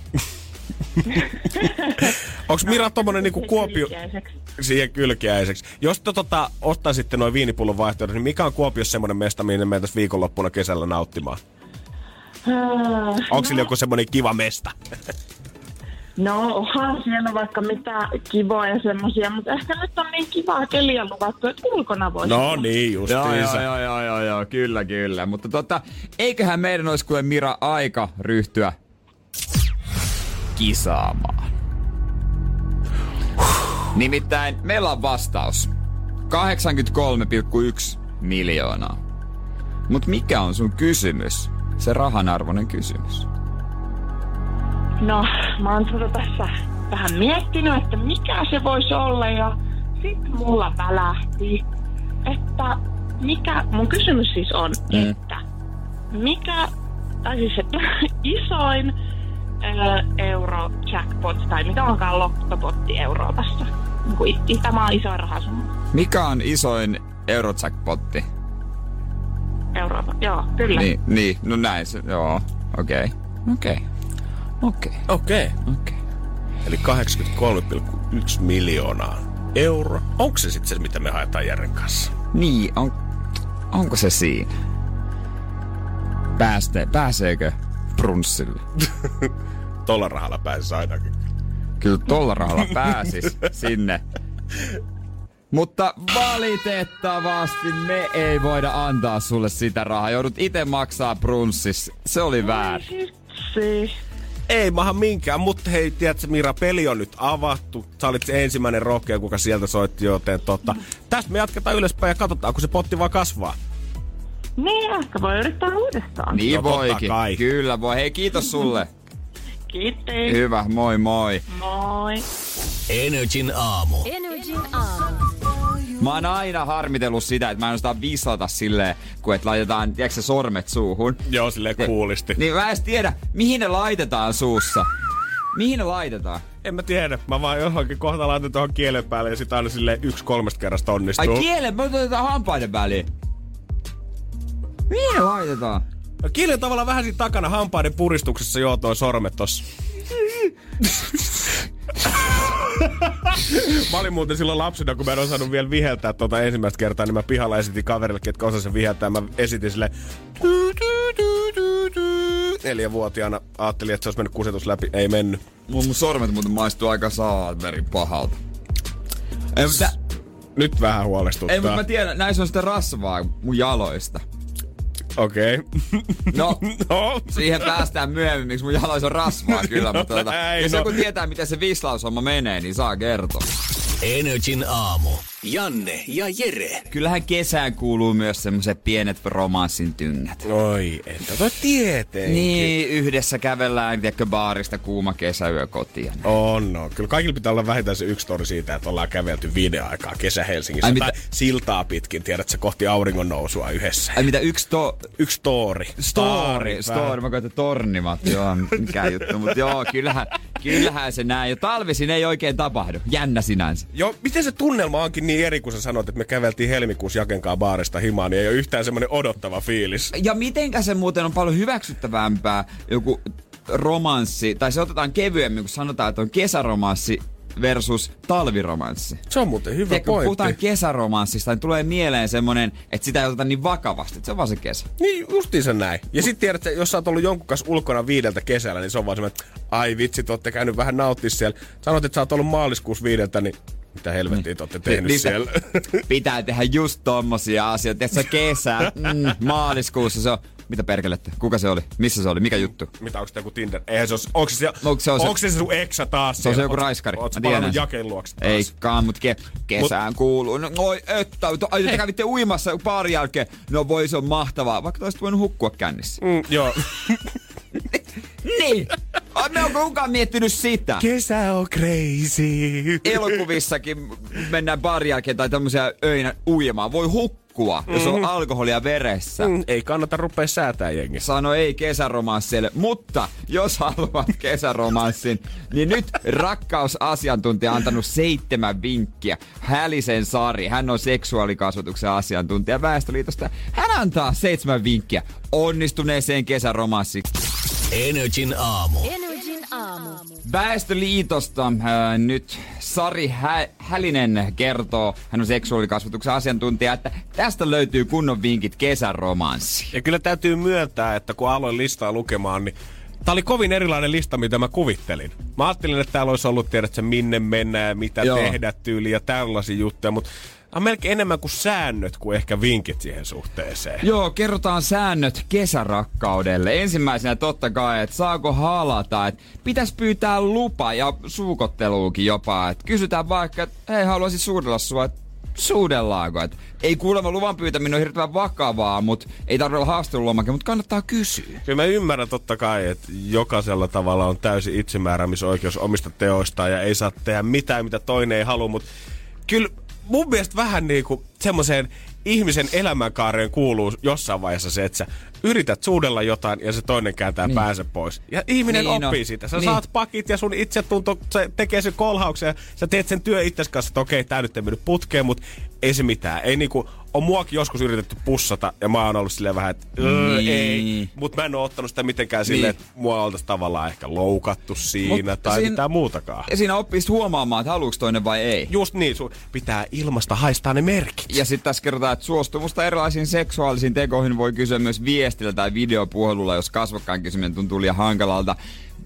Onks Mira tommonen niinku Kuopio... Siihen kylkiäiseksi. Jos te tota, ottaisitte noin viinipullon vaihtoehdot, niin mikä on Kuopiossa semmonen mesta, minne mentäis viikonloppuna kesällä nauttimaan? Onko sillä joku semmonen kiva mesta? No, onhan siellä vaikka mitä kivoa ja semmosia, mutta ehkä nyt on niin kivaa keliä luvattu, että ulkona voisi. No olla. niin, justiinsa. Joo, joo, joo, joo, joo, kyllä, kyllä. Mutta tota, eiköhän meidän olisi kuin Mira aika ryhtyä kisaamaan. Nimittäin meillä on vastaus. kahdeksankymmentäkolme pilkku yksi miljoonaa. Mut mikä on sun kysymys? Se rahanarvoinen kysymys. No, mä oon tuota tässä vähän miettinyt, että mikä se voisi olla ja sit mulla välähti, että mikä, mun kysymys siis on, mm. että mikä, tai siis että isoin äh, euro jackpot, tai mikä onkaan lottopotti Euroopassa, niin kuin Itämaan isoin rahasumma. Mikä on isoin eurojackpotti? Euroopan, joo, kyllä. Niin, niin, no näin se, joo, okei, okay. okei. Okay. Okei. Okay. Okei. Okay. Okay. Eli kahdeksankymmentäkolme pilkku yksi miljoonaa euroa. Onko se sitten se, mitä me haetaan Järren kanssa? Niin, on, onko se siinä? Pääste, pääseekö brunssille? Tolla rahalla pääsis ainakin. Kyllä tolla rahalla pääsis sinne. Mutta valitettavasti me ei voida antaa sulle sitä rahaa. Joudut itse maksaa brunssis. Se oli väärin. Se. Ei maha minkään, mutta hei, tiedätkö Mira, peli on nyt avattu. Sä olit se ensimmäinen rockea, kuka sieltä soitti, joten tota, tästä me jatketaan ylöspäin ja katsotaan, kun se potti vaan kasvaa. Niin, ehkä voi yrittää uudestaan. Niin no, voikin. Kyllä voi. Hei, kiitos sulle. Kiitos. Hyvä, moi moi. Moi. Energin aamu. Energin aamu. Mä oon aina harmitellut sitä, että mä en ostaa vislata silleen, kun et laitetaan, tiedätkö sormet suuhun. Joo, silleen kuulisti. Niin mä en tiedä, mihin ne laitetaan suussa. Mihin ne laitetaan? En mä tiedä. Mä vaan johonkin kohta laitan tuohon kielen päälle ja sit aina silleen yksi kolmesta kerrasta onnistuu. Ai kielen? Me otetaan hampaiden väliin. Mihin ne laitetaan? No kieli on tavallaan vähän siinä takana hampaiden puristuksessa joo toi sormet tossa. Mä olin muuten silloin lapsena, kun mä en osannut vielä viheltää tuota ensimmäistä kertaa, niin mä pihalla esitin kaverille, ketkä osasin viheltää. Mä esitin sille neljävuotiaana. Ajattelin, että se olisi mennyt kusetus läpi. Ei mennyt. Mun, mun sormet muuten maistuu aika saaverin pahalta. Ei, mutta... Nyt vähän huolestuttaa. Ei, mutta mä tiedän, näissä on sitä rasvaa mun jaloista. Okei. Okay. No, no, siihen päästään myöhemmin, miksi mun jaloissa on rasvaa kyllä, mutta tuota, jos no. joku tietää, miten se vislaushomma menee, niin saa kertoa. Energin aamu. Janne ja Jere. Kyllähän kesään kuuluu myös semmoiset pienet romanssin tyngät. Oi, että toi tietenkin. Niin, yhdessä kävellään, tiedätkö, baarista kuuma kesäyö kotiin. On, no. Kyllä kaikilla pitää olla vähintään se yksi tori siitä, että ollaan kävelty viiden aikaa kesä Helsingissä. Ai, tai mitä? Siltaa pitkin, tiedätkö, kohti auringon nousua yhdessä. Ai mitä, yksi to... Yksi toori. Story, story. Mä koitan tornimat, joo, mikä juttu. Mutta joo, kyllähän, kyllähän se näin. Jo talvisin ei oikein tapahdu. Jännä sinänsä. Joo, miten se tunnelma onkin niin eri, kun sä sanoit, että me käveltiin helmikuussa Jakenkaan baarista himaan, niin ei ole yhtään semmoinen odottava fiilis. Ja mitenkä se muuten on paljon hyväksyttävämpää joku romanssi, tai se otetaan kevyemmin, kun sanotaan, että on kesäromanssi versus talviromanssi. Se on muuten hyvä Tiedätkö, pointti. kun puhutaan kesäromanssista, niin tulee mieleen semmonen, että sitä ei oteta niin vakavasti, että se on vaan se kesä. Niin, justiinsa näin. Ja sit tiedät, että jos sä oot ollut jonkun kanssa ulkona viideltä kesällä, niin se on vaan semmoinen, että ai vitsi, te ootte käynyt vähän nauttia siellä. Sanot, että sä oot ollut maaliskuussa viideltä, niin mitä helvettiä te ootte tehnyt niin, siellä? Pitää tehdä just tommosia asioita. Että se kesä, mm, maaliskuussa se on... Mitä perkelettä? Kuka se oli? Missä se oli? Mikä juttu? Mitä, onko se joku Tinder? Eihän se ole... Onko se, onko se, on se, onko se sun eksä taas? Se on se joku raiskari. Ootko palannut Jaken luokse taas? Eikaan, mut ke, kesään mut, kuuluu. No oi, että, ai te kävitte uimassa paarin jälkeen. No voi, se on mahtavaa. Vaikka toisit voinut hukkua kännissä. Mm, joo. Niin! Me onko kukaan miettinyt sitä? Kesä on crazy. Elokuvissakin mennään baarin jälkeen tai tämmöisiä öinä uimaan. Voi hukkua, mm-hmm. jos on alkoholia veressä. Mm, ei kannata rupea säätää jengiä. Sano ei kesäromanssille, mutta jos haluat kesäromanssin, niin nyt rakkausasiantuntija on antanut seitsemän vinkkiä. Hälisen Sari, hän on seksuaalikasvatuksen asiantuntija Väestöliitosta. Hän antaa seitsemän vinkkiä onnistuneeseen kesäromanssiin. Energin aamu. Energin aamu. Väestöliitosta äh, nyt Sari Hä- Hälinen kertoo, hän on seksuaalikasvatuksen asiantuntija, että tästä löytyy kunnon vinkit kesäromanssiin. Ja kyllä täytyy myöntää, että kun aloin listaa lukemaan, niin tää oli kovin erilainen lista, mitä mä kuvittelin. Mä ajattelin, että täällä olisi ollut, tiedätkö, minne mennään ja mitä Joo. tehdä tyyliä ja tällaisia juttuja, mutta on melkein enemmän kuin säännöt kuin ehkä vinkit siihen suhteeseen. Joo, kerrotaan säännöt kesärakkaudelle. Ensimmäisenä totta kai, että saako halata, että pitäisi pyytää lupa ja suukotteluukin jopa. Että kysytään vaikka, että hei, haluaisin suudella sua, että suudellaanko. Että ei kuulemma luvan pyytäminen ole hirveän vakavaa, mutta ei tarvitse olla haastelulomake, mutta kannattaa kysyä. Kyllä mä ymmärrän totta kai, että jokaisella tavalla on täysin itsemääräämisoikeus omista teoistaan ja ei saa tehdä mitään, mitä toinen ei halua, mutta kyllä mun mielestä vähän niinku semmoiseen ihmisen elämänkaareen kuuluu jossain vaiheessa se, että sä yrität suudella jotain ja se toinen kääntää niin. päänsä pois. Ja ihminen niin oppii no. siitä. Sä niin. saat pakit ja sun itsetunto se tekee sen kolhauksen ja sä teet sen työ itses kanssa, että okei, tää nyt ei mennyt putkeen, mutta ei se mitään. Ei niinku, on muakin joskus yritetty pussata ja mä oon ollut silleen vähän, että niin. ei. Mut mä en oo ottanut sitä mitenkään niin. silleen, että mua oltais tavallaan ehkä loukattu siinä Mut tai siinä, mitään muutakaan. Ja siinä oppii huomaamaan, että haluuks toinen vai ei. Just niin, sun pitää ilmasta haistaa ne merkit. Ja sit tässä kerrotaan, että suostumusta erilaisiin seksuaalisiin tekoihin voi kysyä myös viestillä tai videopuhelulla, jos kasvokkain kysyminen tuntuu liian hankalalta.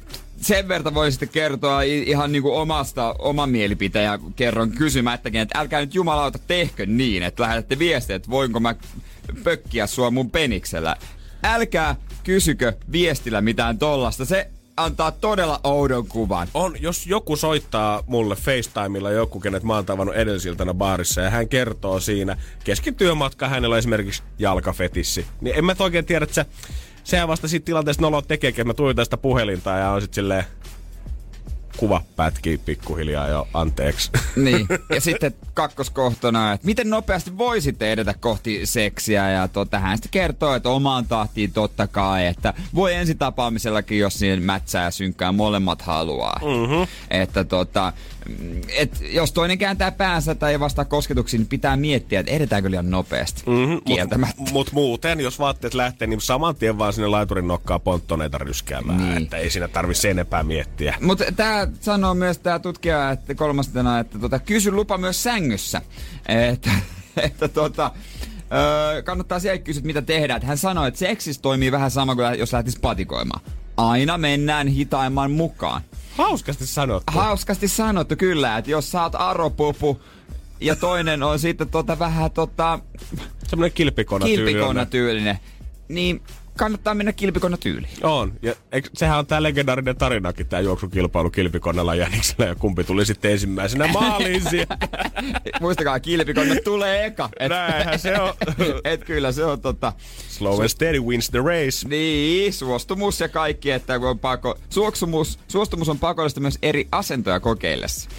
Sen verran voi sitten kertoa ihan niinku omasta, oman mielipiteen ja kerron kysymättäkin, että älkää nyt jumalauta tehkö niin, että lähetätte viestiä, että voinko mä pökkiä sua mun peniksellä. Älkää kysykö viestillä mitään tollasta. Se antaa todella oudon kuvan. On, jos joku soittaa mulle FaceTimella joku, kenet mä oon tavannut edellisiltana baarissa ja hän kertoo siinä kesken työmatka, hänellä on esimerkiksi jalkafetissi, niin en mä oikein tiedä, että se, sehän vasta siitä tilanteesta nolot tekeekin, että mä tuijotan sitä puhelinta ja on sit silleen kuva pätkii pikkuhiljaa jo, anteeksi. Niin, ja sitten kakkoskohtana, että miten nopeasti voisitte edetä kohti seksiä, ja tota, hän sitten kertoo, että omaan tahtiin totta kai, että voi ensitapaamisellakin, jos siihen mätsää ja synkkää, molemmat haluaa. Mm-hmm. Että tota, et jos toinen kääntää päänsä tai ei vastaa kosketuksiin, niin pitää miettiä, että edetäänkö liian nopeasti. Mm-hmm. Kieltämättä. Mut, mut muuten, jos vaatteet lähtee, niin saman tien vaan sinne laiturin nokkaa ponttoneita ryskäämään, niin. Että ei siinä tarvitse sen enempää miettiä. Mutta tää sanoo myös tää tutkija, että kolmastena, että tota, kysy lupa myös sängyssä. Että, että tota, öö, kannattaa siellä kysyä, mitä tehdään. Hän sanoi, että seksissä toimii vähän sama kuin jos lähtisi patikoimaan. Aina mennään hitaimman mukaan. Hauskasti sanottu. Hauskasti sanottu, kyllä. Että jos sä oot aropupu ja toinen on sitten tota vähän tota... semmoinen kilpikonna-tyylinen. Kilpikonna-tyylinen. Niin kannattaa mennä kilpikonna-tyyliin. On. Ja eikö, sehän on tää legendaarinen tarinakin, tää juoksukilpailu kilpikonnalla jäniksellä, ja kumpi tuli sitten ensimmäisenä maaliin sieltä. Muistakaa, kilpikonna tulee eka. Et, näinhän se on. Et kyllä se on tota... Slow and steady wins the race. Niin, suostumus ja kaikki, että kun on pako... Suostumus, suostumus on pakollista myös eri asentoja kokeillessa.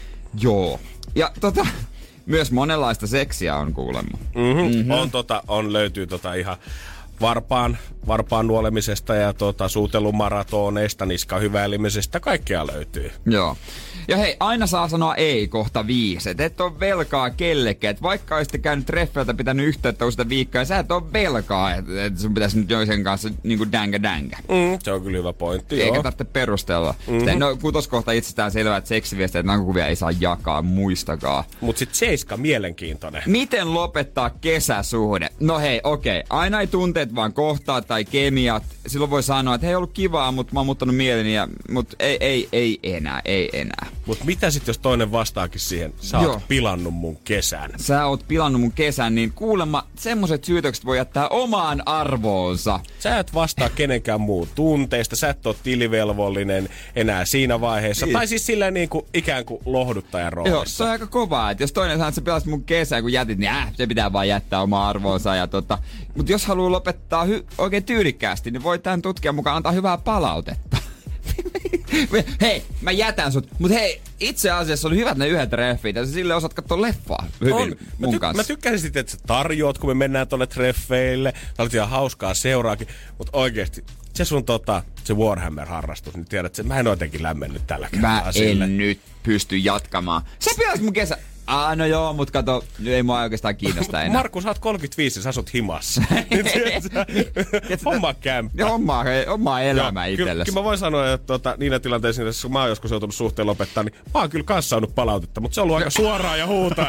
Joo. Ja tota... Myös monenlaista seksiä on kuulemma. Mm-hmm. Mm-hmm. On, tota, on löytyy tota ihan varpaan, varpaan nuolemisesta ja tota, suutelumaratoneista, niskahyväilimisestä, kaikkea löytyy. Joo. Ja hei, aina saa sanoa ei kohta viisi. Et et ole velkaa kellekään. Et vaikka olisitte käynyt treffeiltä pitänyt yhteyttä useita viikkoja, sä et ole velkaa. Että et sun pitäisi nyt joisen kanssa niinku dänkä dänkä. Mm, se on kyllä hyvä pointti, eikä joo. tarvitse perustella. Mm-hmm. Sitten, no kutoskohta itsestään selvää, että seksiviesteet nankukuvia ei saa jakaa, muistakaa. Mut sit seiska mielenkiintoinen. Miten lopettaa kesäsuhde? No hei, okei. Okay. Aina ei tunteet vaan kohtaa tai kemiat. Silloin voi sanoa, että hei, ollut kivaa, mutta mä oon muuttanut mieleni. Ja, mut ei, ei, ei enää, ei enää. Mut mitä sit, jos toinen vastaakin siihen? Sä Joo. oot pilannut mun kesän. Sä oot pilannut mun kesän, niin kuulemma semmoset syytökset voi jättää omaan arvoonsa. Sä et vastaa kenenkään muun tunteista. Sä et oo tilivelvollinen enää siinä vaiheessa. Tai siis sillä niin kuin ikään kuin lohduttajan roolissa. Joo, se on aika kovaa. Että jos toinen sanoo, että sä pilasit mun kesän, kun jätit, niin äh, se pitää vaan jättää omaan arvoonsa. Ja tota, mut jos haluaa lopettaa hy- oikein tyylikkäästi, niin voi tämän tutkijan mukaan antaa hyvää palautetta. Hei, mä jätän sut. Mut hei, itse asiassa oli hyvät ne yhdet treffit. Ja sille osaat katsoa leffaa hyvin on. mun mä ty- kanssa. Mä tykkäsin sitten, että sä tarjoat, kun me mennään tonne treffeille. Tää oli ihan hauskaa seuraakin. Mut oikeesti, se sun tota, se Warhammer-harrastus, niin tiedät, että mä en oo jotenkin lämmennyt tällä kertaa Mä sille. en nyt pysty jatkamaan. Sä pilasit mun kesä. Ah, no joo, mut kato, ei mua oikeastaan kiinnosta enää. Markus, sä oot kolmekymmentäviisi ja sä asut himassa. Homma kämppä. Hommaa, hommaa elämä itsellesi. Kyllä mä voin sanoa, että tota, niinä tilanteissa, kun mä oon joskus joutunut suhteen lopettaa, niin mä oon kyllä kanssa saanut palautetta, mutta se on ollut aika suoraa ja huutaa.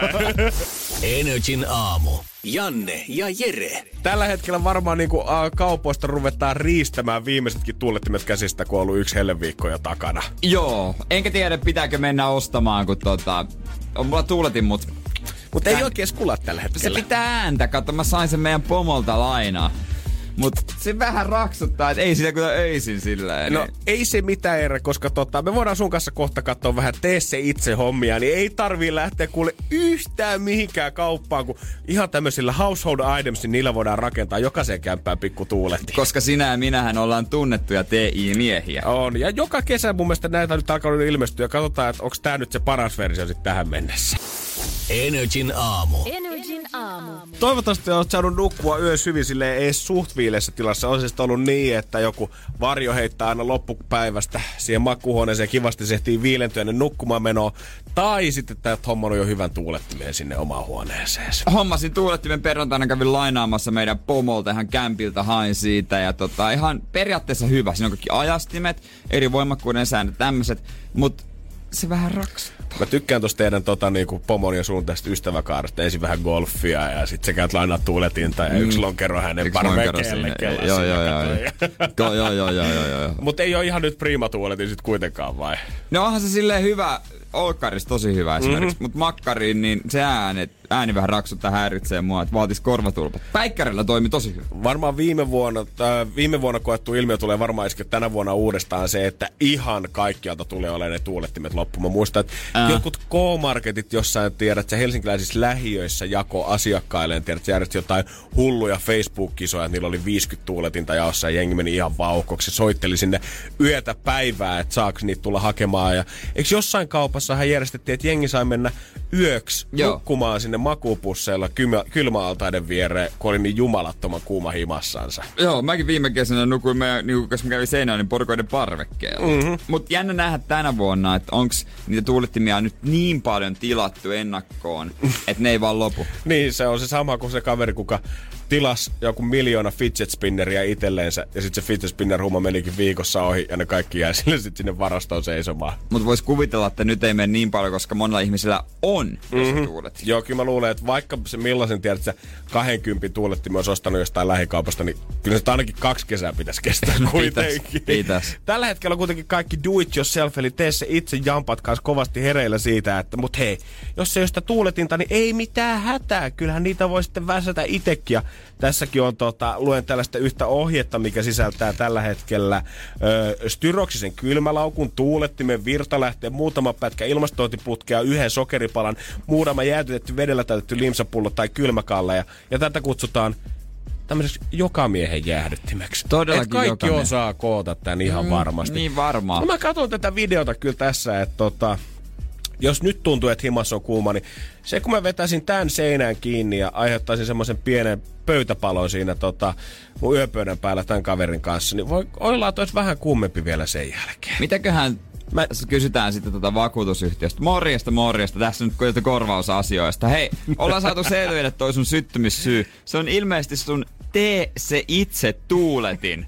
Energin aamu. Janne ja Jere. Tällä hetkellä varmaan niin kuin, ä, kaupoista ruvetaan riistämään viimeisetkin tuulettimet käsistä, kun on ollut yksi helleviikko jo takana. Joo, enkä tiedä pitääkö mennä ostamaan, kun tota, on mulla tuuletin, mut... Mutta ei oikein skula tällä hetkellä. Se pitää ääntä, katso mä sain sen meidän pomolta lainaa. Mut se vähän raksuttaa, että ei sitä kyllä öisin silleen. No niin. ei se mitään, Ere, koska tota, me voidaan sun kanssa kohta katsoa vähän tee se itse hommia, niin ei tarvii lähteä kuule yhtään mihinkään kauppaan, kun ihan tämmöisillä household items, niin niillä voidaan rakentaa jokaiseen kämppään pikku tuuletti. Koska sinä ja minähän ollaan tunnettuja T I-miehiä. On, ja joka kesä mun mielestä näitä nyt alkaa ilmestyä, ja katsotaan, että onko tää nyt se paras versio sitten tähän mennessä. Energin aamu. Energin aamu. Toivottavasti olet saanut nukkua yössä hyvin silleen ees suht viileessä tilassa. On se sitten ollut niin, että joku varjo heittää aina loppupäivästä siihen makuuhuoneeseen kivasti sehtii viilentyä ennen nukkumaan menoa. Tai sitten, että olet hommannut jo hyvän tuulettimeen sinne omaan huoneeseen. Hommasin tuulettimen perjantaina, kävin lainaamassa meidän pomolta ihan kämpiltä, hain siitä. Ja tota, ihan periaatteessa hyvä. Siinä on kaikki ajastimet, eri voimakkuuden säännöt, tämmöiset. Mutta se vähän raksuttaa. Mä tykkään tosta teidän tota, niinku, pomon ja sun tästä ystäväkaaresta. Ensin vähän golfia ja sit sä käyt lainaa tuuletinta ja mm. yksi lonkero hänen parvekkeelle. Joo, joo, joo. Joo, joo, joo, joo, joo. Mut ei oo ihan nyt prima tuuletin sit kuitenkaan, vai? No onhan se silleen hyvä, olkkaris tosi hyvä esimerkiksi, mm-hmm. mut makkariin niin se ääni, ääni vähän raksuttaa, häiritsee mua, että vaatis korvatulpat. Päikkärillä toimi tosi hyvä. Varmaan viime vuonna, äh, viime vuonna koettu ilmiö tulee varmaan iskeä tänä vuonna uudestaan se, että ihan kaikkialta tulee olemaan ne tuulettimet loppu. Mä muistan, että äh. jotkut K-marketit jossain, tiedät sä, helsinkiläisissä lähiöissä jako asiakkailleen, tiedät sä, järjesti jotain hulluja Facebook-kisoja, että niillä oli viisikymmentä tuuletinta jaossa ja jengi meni ihan vauhkoksi, soitteli sinne yötä päivää, että saako niitä tulla hakemaan. Ja eikö jossain kaupassa hän järjestettiin, että jengi sai mennä yöksi Joo. nukkumaan sinne makuupusseilla kylmä, kylmäaltaiden viereen, kun oli niin jumalattoman kuuma himassansa. Joo, mäkin viime kesänä nukuin, meidän, niin koska mä kävin Seinäjoen, niin porukoiden parvekkeella. Mm-hmm. Mut jännä nähdä tänä vuonna, että onks niitä tuulettimia nyt niin paljon tilattu ennakkoon, että ne ei vaan lopu. Niin, se on se sama kuin se kaveri, kuka tilas joku miljoona fidget spinneriä itselleensä, ja sitten se fidget spinner humma menikin viikossa ohi, ja ne kaikki jäi sille sit sinne varastoon seisomaan. Mut vois kuvitella, että nyt ei mene niin paljon, koska monella ihmisellä on mm-hmm. tuulet. Joo, kyllä mä luulen, että vaikka se millaisen tiedät, että kaksikymmentä tuuletti mä ois ostanut jostain lähikaupasta, niin kyllä se ainakin kaksi kesää pitäisi kestää kuitenkin. Pitäis, pitäis. Tällä hetkellä on kuitenkin kaikki do it yourself, eli tee se itse jampat kanssa kovasti hereillä siitä, että mut hei, jos ei ole sitä tuuletinta, niin ei mitään hätää. Kyllähän niitä voi sitten väsätä itsekin. Ja tässäkin on, tota, luen tällaista yhtä ohjetta, mikä sisältää tällä hetkellä ö, styroksisen kylmälaukun, tuulettimen, virtalähteen, muutama pätkä ilmastointiputkea, yhden sokeripalan, muutama jäätytetty vedellä täytetty limsapullo tai kylmäkalle. Ja, ja tätä kutsutaan tämmöiseksi jokamiehen jäähdyttimeksi. Todellakin et kaikki jokamiehen. osaa koota tämän ihan mm, varmasti. Niin varmaan. No mä katson tätä videota kyllä tässä, että tota, jos nyt tuntuu, että himassa on kuuma, niin se kun mä vetäisin tämän seinään kiinni ja aiheuttaisin semmoisen pienen pöytäpalon siinä tota, mun yöpöydän päällä tämän kaverin kanssa, niin voi olla, että olisi vähän kuumempi vielä sen jälkeen. Mitäköhän Mä kysytään sitten tuota vakuutusyhtiöstä. Morjesta, morjesta. Tässä nyt koita korvausasioista. Hei, ollaan saatu selville toi sun syttymissyy. Se on ilmeisesti sun tee se itse tuuletin.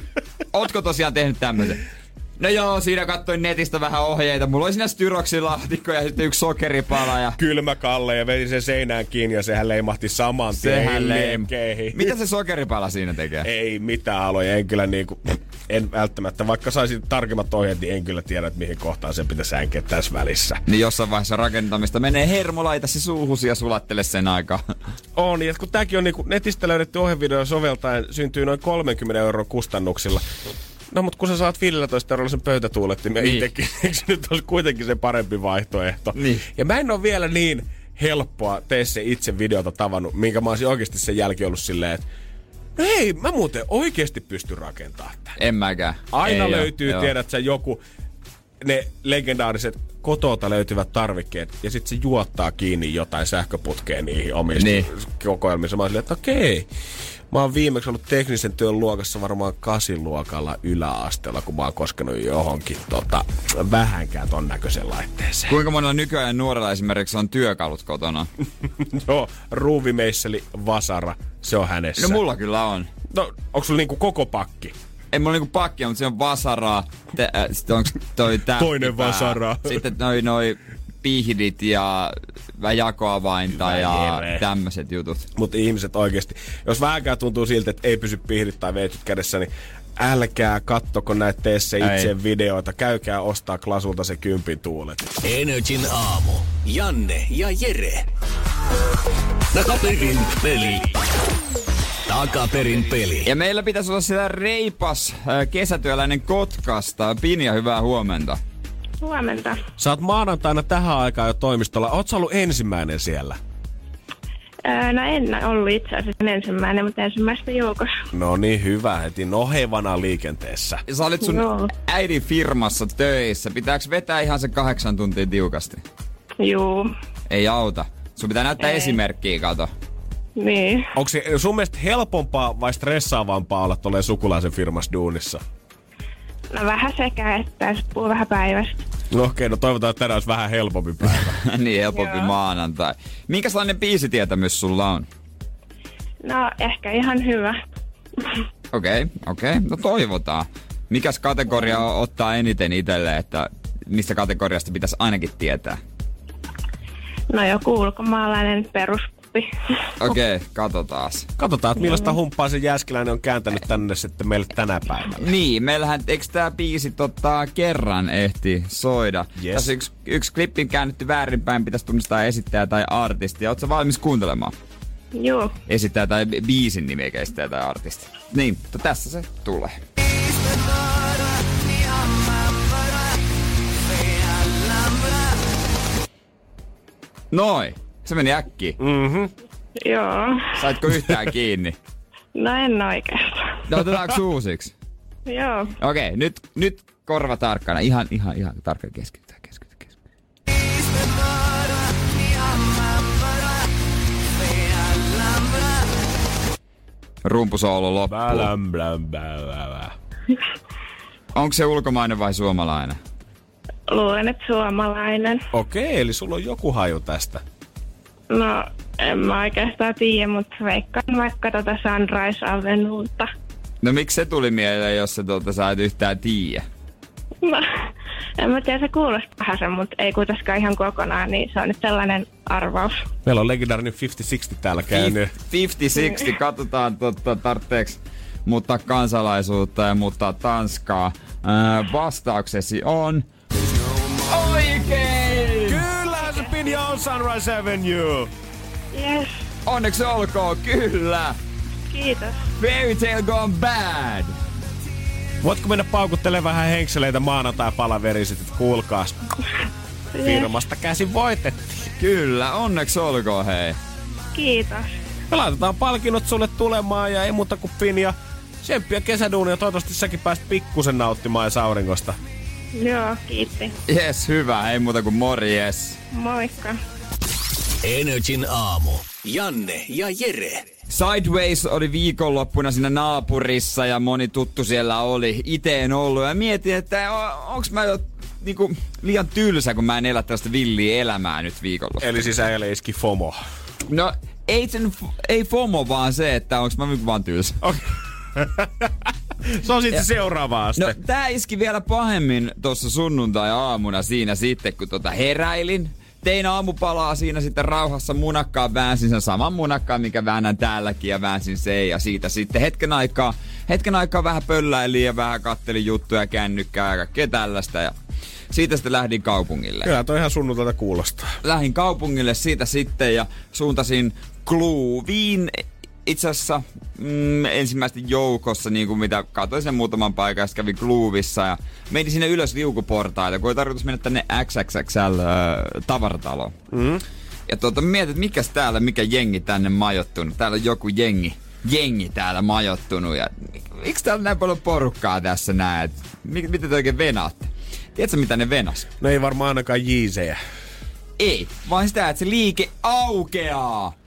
Ootko tosiaan tehnyt tämmöisen? No joo, siinä katsoin netistä vähän ohjeita. Mulla oli siinä styroksilaatikko ja sitten yksi sokeripala. Ja kylmäkalle ja veti sen seinään kiinni ja sehän leimahti saman tien liekkeihin. Mitä se sokeripala siinä tekee? Ei mitään aloja, en kyllä niinku, en välttämättä. Vaikka saisin tarkemmat ohjeet, niin en kyllä tiedä, että mihin kohtaan sen pitäisi änkeä tässä välissä. Niin jossain vaiheessa rakentamista menee hermo, laita se suuhusi ja sulattele sen aikaa. On, ja kun tääkin on niinku netistä löydetty ohjevideo soveltaen, syntyy noin kolmekymmentä euron kustannuksilla. No, mutta kun sä saat viisitoista eurolla sen pöytätuulettimen niin itsekin, eikö se nyt olisi kuitenkin se parempi vaihtoehto? Niin. Ja mä en ole vielä niin helppoa tee se itse videota tavannut, minkä mä olisin oikeasti sen jälkeen ollut silleen, että no hei, mä muuten oikeasti pystyn rakentamaan tämän. En mäkään. Aina Ei löytyy, ole, tiedät sä, joku, ne legendaariset kotota löytyvät tarvikkeet, ja sitten se juottaa kiinni jotain sähköputkeen niihin omista niin kokoelmissa. Mä oon silleen, että okei, Mä oon viimeksi ollut teknisen työn luokassa varmaan kasiluokalla yläasteella, kun mä oon koskenut johonkin tota, vähänkään ton näköisen laitteeseen. Kuinka monella nykyään nuorella esimerkiksi on työkalut kotona? Joo, ruuvimeisseli, vasara, se on hänessä. No mulla kyllä on. No, onks sulla niinku koko pakki? Ei mulla niinku pakkia, mutta se on vasaraa. Te, äh, sitten onks toi täppipää. Toinen vasara. Sitten noi, noi pihdit ja jakoavainta ja tämmöiset jutut. Mutta ihmiset oikeesti, jos vähänkään tuntuu siltä, että ei pysy pihdit tai veitsyt kädessä, niin älkää kattoko näitä tee se itse videoita. Käykää ostaa Klasulta se kympin tuulet. Energin aamu. Janne ja Jere. Takaperin peli. Takaperin peli. Ja meillä pitäisi olla siellä reipas äh, kesätyöläinen Kotkasta. Pinja, hyvää huomenta. Huomenta. Sä oot maanantaina tähän aikaan jo toimistolla. Oot sä ollut ensimmäinen siellä? Öö, no en ollut itse asiassa ensimmäinen, mutta ensimmäistä joukossa. No niin, hyvä heti. Nohevana liikenteessä. Sä olit sun Joo. äidin firmassa töissä. Pitääks vetää ihan se kahdeksan tuntia tiukasti? Juu. Ei auta. Sun pitää näyttää Ei. esimerkkiä, kato. Niin. Onko se sun mielestä helpompaa vai stressaavampaa olla tolleen sukulaisen firmassa duunissa? No vähän sekä, että se puhuu vähän päivästä. No okei, no toivotaan, että tänään olisi vähän helpompi päivä. Niin, helpompi Joo. maanantai. Minkälainen biisitietämys sulla on? No ehkä ihan hyvä. Okei, okay, okei. Okay. No toivotaan. Mikäs kategoria ottaa eniten itselle, että mistä kategoriasta pitäisi ainakin tietää? No joku ulkomaalainen peruspuppi. Okei, okay, katsotaas. Katsotaan, että millaista humppaa se Jääskeläinen on kääntänyt tänne sitten meille tänä päivänä. Niin, meillähän, eikö tää biisi tota, kerran ehti soida? Yes. Tässä yksi, yksi klippi käännetty väärinpäin, pitäisi tunnistaa esittäjä tai artisti. Ootko sä valmis kuuntelemaan? Juu. Esittäjä tai biisin nimi, eikä esittäjä tai artisti. Niin, to tässä se tulee. Noi, se meni äkkiä. Mhm. Joo. Saitko yhtään kiinni? No en oikeastaan. No otetaanko uusiksi? Joo. Okei, okay, nyt, nyt korva tarkkana. Ihan, ihan, ihan tarkkaan keskitytään, keskitytään, keskitytään. Rumpusoolo loppuu. Blä, blä, blä, blä. Onko se ulkomainen vai suomalainen? Luulen, että suomalainen. Okei, eli sulla on joku haju tästä. No, en mä oikeastaan tiedä, mutta veikkaan vaikka tota Sunrise Avenueta. No miksi se tuli mieleen, jos se tuolta sä et yhtään tiedä? No, en mä tiedä, se kuulostaa vähäsen, mutta ei kuitenkaan ihan kokonaan, niin se on nyt sellainen arvaus. Meillä on legendaarinen viisikymmentä kuusikymmentä täällä käynyt. viisikymmentä kuusikymmentä, katsotaan totta, tarvitseeks muuttaa kansalaisuutta ja muuttaa Tanskaa. Ää, vastauksesi on oikein! Kyllähän se Pinja on Sunrise Avenue! Yes, Onneksi olkoon, kyllä! kiitos. Fairy Tale Gone Bad! Voitko mennä paukuttelemaan vähän henkseleitä maanantai-palaveriset, että kuulkaas. Firmasta käsin voitettiin. Kyllä, onneksi olkoon, hei. Kiitos. Me laitetaan palkinnot sulle tulemaan ja ei muuta kuin Pinja. Tsemppiä kesäduunia, toivottavasti säkin pääst pikkusen nauttimaan ja auringosta. Joo, kiitti. Jes, hyvä, ei muuta kuin morjes. Moikka. Energin aamu. Janne ja Jere. Sideways oli viikonloppuna siinä naapurissa ja moni tuttu siellä oli. Ite en ollut ja mietin, että onks mä jo niinku liian tylsä, kun mä en elä tällaista villiä elämää nyt viikonloppuna. Eli siis äijälle iski FOMO. No ei, sen, ei FOMO, vaan se, että onks mä vaan tylsä. Okay. Se on sitten seuraava aste. No tää iski vielä pahemmin tuossa sunnuntai-aamuna siinä sitten, kun tota heräilin. Tein aamupalaa siinä sitten rauhassa munakkaan, väänsin sen saman munakkaan, mikä väännän täälläkin ja väänsin sen. Ja siitä sitten hetken aikaa, hetken aikaa vähän pölläilin ja vähän kattelin juttuja, kännykkää ja kaikkea tällaista. Ja siitä sitten lähdin kaupungille. Kyllä toi ihan sunnuntaita kuulostaa. Lähdin kaupungille siitä sitten ja suuntasin Kluuviin. Itse asiassa mm, ensimmäisten joukossa, niin kuin mitä katsoin sen muutaman paikan, ja kävin Kluuvissa ja menin sinne ylös liukuportaille, kun oli tarkoitus mennä tänne X X X L-tavarataloon. Mm. Ja tuota, mietin, että mikäs täällä, mikä jengi tänne majoittunut. Täällä on joku jengi, jengi täällä majoittunut. Ja miksi täällä näin paljon porukkaa tässä näet? Miten te oikein venaatte? Tiedätkö, mitä ne venas? No ei varmaan ainakaan jiisejä. Ei, vaan sitä, että se liike aukeaa.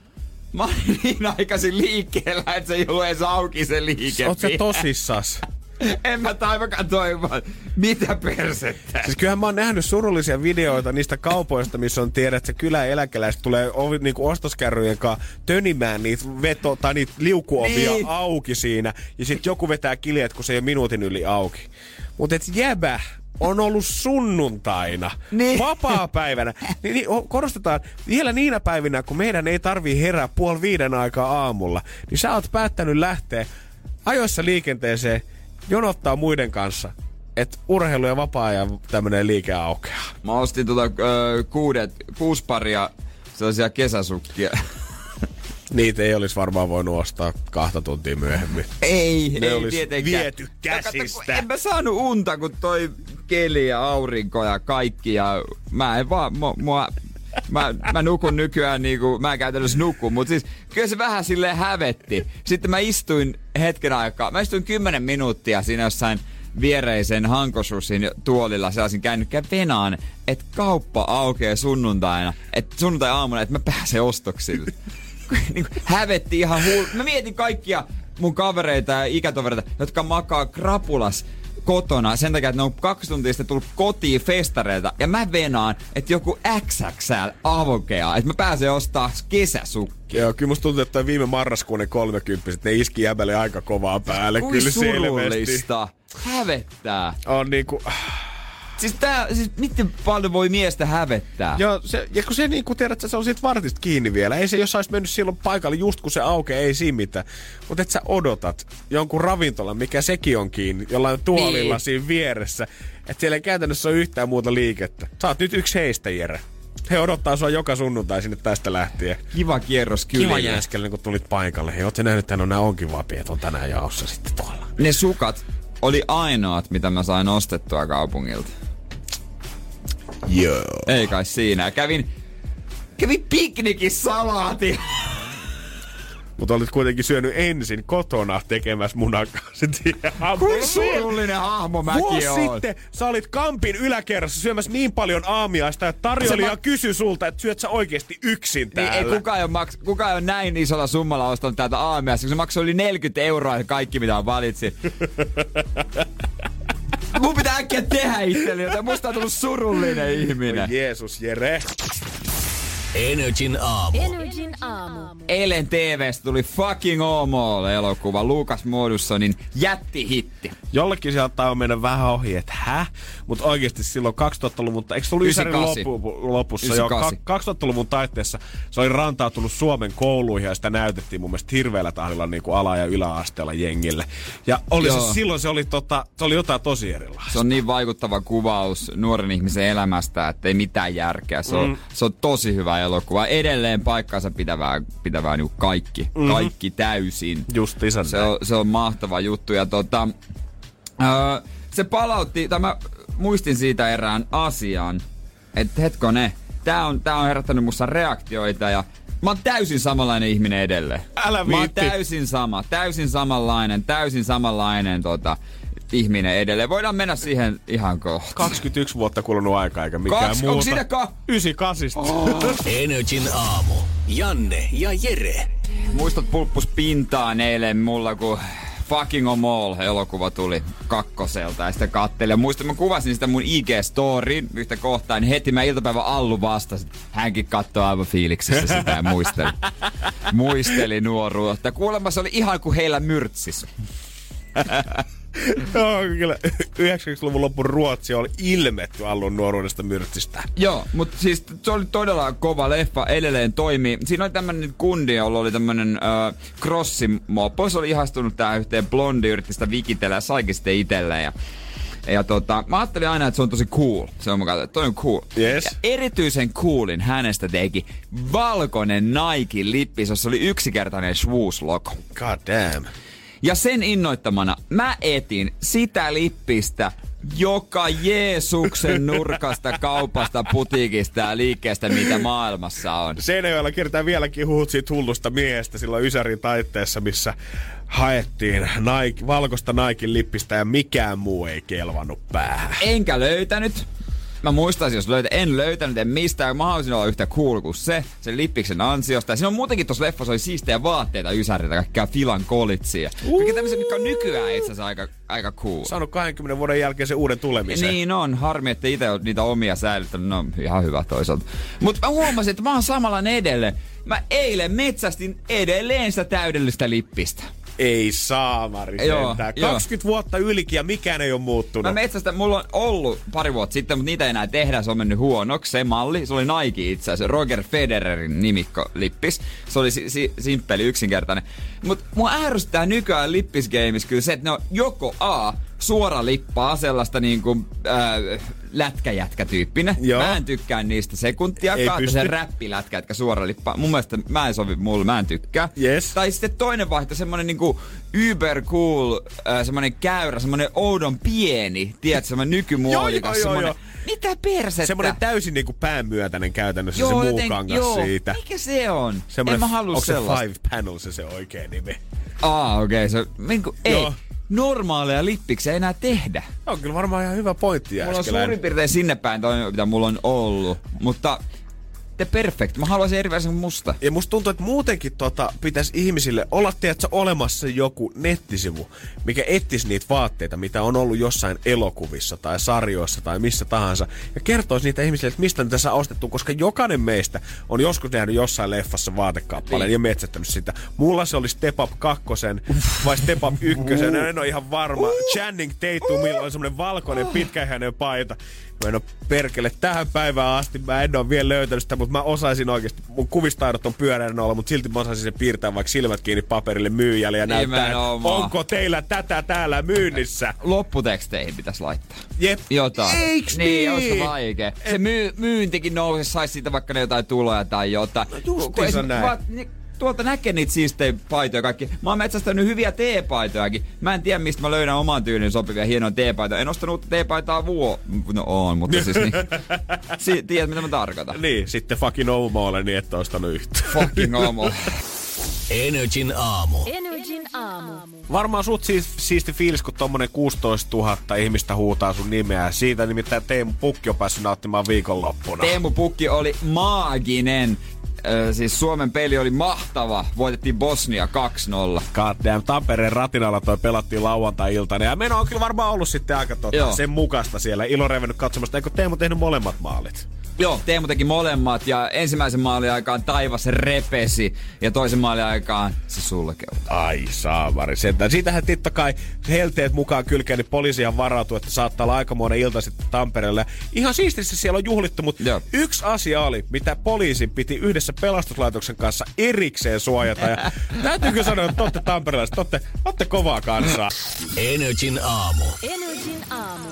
Mä olin niin aikaisin liikkeellä, että se ei ollut edes auki se liike. Oot sä tosissas? En mä taivakaan toivoa. Mitä persettä? Siis kyllähän mä oon nähnyt surullisia videoita niistä kaupoista, missä on tiedät, että se kylän eläkeläiset tulee ovi, niinku ostoskärryjen kanssa tönimään niitä veto, tai niitä liukuovia niin. auki siinä. Ja sit joku vetää kiljeet, kun se ei ole minuutin yli auki. Mut et jäbä on ollut sunnuntaina, niin. vapaapäivänä. Niin, niin, korostetaan, vielä niinä päivinä, kun meidän ei tarvii herää puoli viiden aikaa aamulla, niin sä oot päättänyt lähteä ajoissa liikenteeseen jonottaa muiden kanssa, että urheilu- ja vapaa-ajan tämmönen liike aukeaa. Mä ostin tota ö, kuudet, kuusi paria sellaisia kesäsukkia. Niitä ei olisi varmaan voinut ostaa kahta tuntia myöhemmin. Ei, ne ei olisi tietenkään. viety käsistä. En mä saanut unta, kun toi keli ja aurinko ja kaikki. Ja mä en vaan, mua, mua Mä, mä nukun nykyään niinku, mä en käytännössä nuku, mutta siis kyllä se vähän silleen hävetti. Sitten mä istuin hetken aikaa, mä istuin kymmenen minuuttia siinä jossain viereisen Hankosusin tuolilla sellaisin käännykkään venaan, että kauppa aukeaa sunnuntaina, että sunnuntai-aamuna, että mä pääsen ostoksille. Niin hävetti ihan huul... Mä mietin kaikkia mun kavereita ja ikätovereita, jotka makaa krapulas kotona sen takia, että ne on kaksi tuntia sitten tullut kotiin festareilta ja mä venaan, että joku X X L avokeaa, että mä pääsen ostaa kesäsukkia. Joo, kyllä musta tuntuu, että viime marraskuun ne kolmekymppiset, ne iski jäbälle aika kovaa päälle. Kui kyllä surullista. Selvästi. Hävettää. On niinku... Siis tää, siis miten paljon voi miestä hävettää? Joo, se, ja kun se niinku tiedät, se on siitä vartista kiinni vielä. Ei se, jos olisi mennyt silloin paikalle just kun se aukeaa, ei siinä mitään. Mutta et sä odotat jonkun ravintolan, mikä sekin on kiinni, jollain tuolilla niin. Siinä vieressä. Että siellä ei käytännössä ole yhtään muuta liikettä. Sä oot nyt yksi heistä, Jere. He odottaa sua joka sunnuntai sinne tästä lähtien. Kiva kierros kyllä. Kiva jääskellä, kun tulit paikalle. Hei, oot sä nähnyt, että on nää onkin vapiet on tänään jaossa sitten tuolla. Ne sukat oli ainoat, mitä mä sain ostettua kaupungilta. Joo. Ei kai siinä. Kävin, kävin piknikissä salaatin. Mutta olit kuitenkin syönyt ensin kotona tekemässä munan kanssa. Kuin surullinen hahmo mäkin Vuosi oon. sitten sä olit Kampin yläkerrassa syömässä niin paljon aamiaista, että tarjoilija ma- kysyi sulta, että syöt sä oikeesti yksin täällä. Niin, ei kukaan ei, ole maks- kukaan ei ole näin isolla summalla ostanut täältä aamiaista, kun se maksoi yli neljäkymmentä euroa ja kaikki mitä valitsin. Mun pitää äkkiä tehdä itselleni, joten musta on tullut surullinen ihminen. Oi Jeesus, Jere. Energin aamu. Energin aamu. Eilen T V:stä tuli Fucking Åmål-elokuva. Lucas Moodyssonin jättihitti. Jollekin sieltä on mennä vähän ohi, että häh? Mutta oikeesti silloin kaksituhattaluvun, eikö se ollut Ysärin loppu, lopussa? Joo, kaksituhattaluvun taitteessa se oli rantautunut Suomen kouluihin ja sitä näytettiin mun mielestä hirveällä tahdilla niin kuin ala- ja yläasteella jengille. Ja oli se, silloin se oli, tota, se oli jotain tosi erilaista. Se on niin vaikuttava kuvaus nuoren ihmisen elämästä, että ei mitään järkeä. Se on, mm. se on tosi hyvä elokuva. Edelleen paikkaansa pitävää, pitävää niin kaikki. Mm-hmm. Kaikki täysin. Just isän se on, se on mahtava juttu. Ja tota, öö, se palautti, tai mä muistin siitä erään asian, että hetkone, tää on, tää on herättänyt musta reaktioita ja mä oon täysin samanlainen ihminen edelleen. Älä viitti. Mä oon täysin sama, täysin samanlainen, täysin samanlainen tota, ihminen edelleen. Voidaan mennä siihen ihan kohta. kaksikymmentäyksi vuotta kulunut aikaa eikä mikään Kaksi, muuta. Onko siinä ka? yhdeksänkymmentäkahdeksan. Oh. Energin aamu. Janne ja Jere. Muistot pulppus pintaan eilen mulla, kun Fucking Åmål-elokuva tuli kakkoselta ja sitä kattelin. Ja muistan, mä kuvasin sitä mun I G-storyin yhtä kohtaa, niin heti mä iltapäivän Allu vastasi. Hänkin katsoi aivan fiiliksessä sitä ja muisteli. muisteli nuoruutta. Kuulemma se oli ihan kuin heillä myrtsis. Joo, kyllä. yhdeksänkymmentäluvun lopun Ruotsi oli ilmetty Allun nuoruudesta myrtsistä. Joo, mutta siis se oli todella kova leffa, edelleen toimii. Siinä oli tämmönen kundi, jolla oli tämmönen äh, crossimoppo. Se oli ihastunut tähän yhteen blondi, yritti sitä vikitellä ja saikin sitten itselleen. Ja, ja tota, mä ajattelin aina, että se on tosi cool. Se on mukaan, että toi on cool. Yes. Ja erityisen coolin hänestä teki valkoinen Nike-lippis, jossa oli yksikertainen Schwooz-logo. God damn. Ja sen innoittamana mä etin sitä lippistä joka Jeesuksen nurkasta, kaupasta, putiikista ja liikkeestä, mitä maailmassa on. Seinäjoella kertaa vieläkin huhut siitä hullusta miehestä silloin Ysärin taitteessa, missä haettiin Nike, valkoista Naikin lippistä ja mikään muu ei kelvannut päähän. Enkä löytänyt. mä muistaisin, jos löytä, en löytänyt, en mistään. Mä haluaisin olla yhtä cool kuin se, sen lippiksen ansiosta. Ja siinä on muutenkin tuossa leffassa oli siistejä vaatteita, ysäreitä, kaikkea filan kolitsia. Kaikki tämmöisiä, mitkä on nykyään itse asiassa aika, aika cool. Saanut kahdenkymmenen vuoden jälkeen se uuden tulemisen. Niin on, harmi, että itse on niitä omia säilyttänyt. No ihan hyvä toisaalta. Mutta mä huomasin, että mä oon samanlainen edelleen. Mä eilen metsästin edelleen sitä täydellistä lippistä. Ei saamari sentään. kaksikymmentä vuotta ylikin ja mikään ei ole muuttunut. Mä metsästä, mulla on ollut pari vuotta sitten, mutta niitä ei enää tehdä. Se on mennyt huonoksi. Se malli, se oli Nike itse asiassa. Roger Federerin nimikko lippis. Se oli si- si- simppeli, yksinkertainen. Mut mua ärsyttää nykyään lippisgameissa kyllä se, että ne on joko A, suora lippaa, sellaista niinku äh, lätkäjätkä-tyyppinen. Joo. Mä en tykkää niistä sekuntiakaan, että se räppilätkäjätkä suora lippaa. Mun mielestä mä en sovi mulle, mä en tykkää. Yes. Tai sitten toinen vaihto, semmonen niinku uber cool, äh, semmonen käyrä, semmonen oudon pieni, tiedätkö, semmonen nykymuolikas, semmonen... Mitä persettä? Semmoinen täysin niinku päänmyötäinen käytännössä joo, se muu joten, kangas joo. siitä. Mikä se on? Semmoinen, en mä halua onko sellaista. se Five Panels se, se oikea nimi? Aa, okei. Okay, se, niinku, ei. Normaaleja lippiksi ei enää tehdä. On kyllä varmaan ihan hyvä pointti. Mulla on suurin piirtein sinne päin toi, mitä mulla on ollut. Mutta te perfect. Mä haluaisin erilaisen musta. Ja musta tuntuu, että muutenkin tota, pitäisi ihmisille olla, tiedätkö, olemassa joku nettisivu, mikä etsisi niitä vaatteita, mitä on ollut jossain elokuvissa tai sarjoissa tai missä tahansa. Ja kertoisi niitä ihmisille, että mistä niitä saa ostettua, koska jokainen meistä on joskus nähnyt jossain leffassa vaatekappaleen niin. ja metsättänyt sitä. Mulla se oli Step Up kakkosen vai Step Up ykkösen, en ole ihan varma. Channing Tatumilla on semmonen valkoinen pitkäikäinen paita. Mä en oo perkele tähän päivään asti, mä en oo vielä löytänyt sitä, mutta mä osaisin oikeesti, mun kuvistaidot on pyöreänä olla, mutta silti mä osaisin sen piirtää vaikka silmät kiinni paperille myyjälle ja näyttää, onko teillä tätä täällä myynnissä. Lopputeksteihin pitäisi laittaa. Jep. Jotain. Eiks niin? niin? Niin, vaikea. Se myy- myyntikin nousisi, sais siitä vaikka ne jotain tuloja tai jotain. No justiinsa näin. Va- Tuolta näkee niitä siistejä paitoja kaikki. Mä oon metsästänyt hyviä teepaitojakin. Mä en tiedä, mistä mä löydän oman tyylin sopivia hienoja teepaitoja. En ostanut uutta teepaitaa vuo... No on, mutta siis niin... si- tiedät, mitä mä tarkoitan. Niin, sitten fucking Omolle, niin et ostanut yhtä. Fucking Omo. Energin aamu. Energin aamu. Varmaan sut siis, siisti fiilis, kun tommonen kuusitoistatuhatta ihmistä huutaa sun nimeä. Siitä nimittäin Teemu Pukki on päässyt nauttimaan viikonloppuna. Teemu Pukki oli maaginen. Ö, siis Suomen peli oli mahtava. Voitettiin Bosnia kaksi nolla. Goddamn, Tampereen ratinalla toi pelattiin lauantai-iltana. Ja meno on kyllä varmaan ollut sitten aika tota, sen mukaista siellä. Ilo revennyt katsomasta. Eikö Teemu tehnyt molemmat maalit? Joo, Teemu teki molemmat ja ensimmäisen maalin aikaan taivas repesi ja toisen maalin aikaan se sulkeutui. Ai saavari sentään. Siitähän totta kai helteet mukaan kylkeen, niin poliisihan varautuu, että saattaa olla aikamoinen ilta sitten Tampereelle. Ihan siistissä siellä on juhlittu, mutta joo. Yksi asia oli, mitä poliisin piti yhdessä pelastuslaitoksen kanssa erikseen suojata. Ja täytyykö sanoa, että totte tamperelaiset, totte, totte kovaa kansaa. Energin aamu. Energin aamu.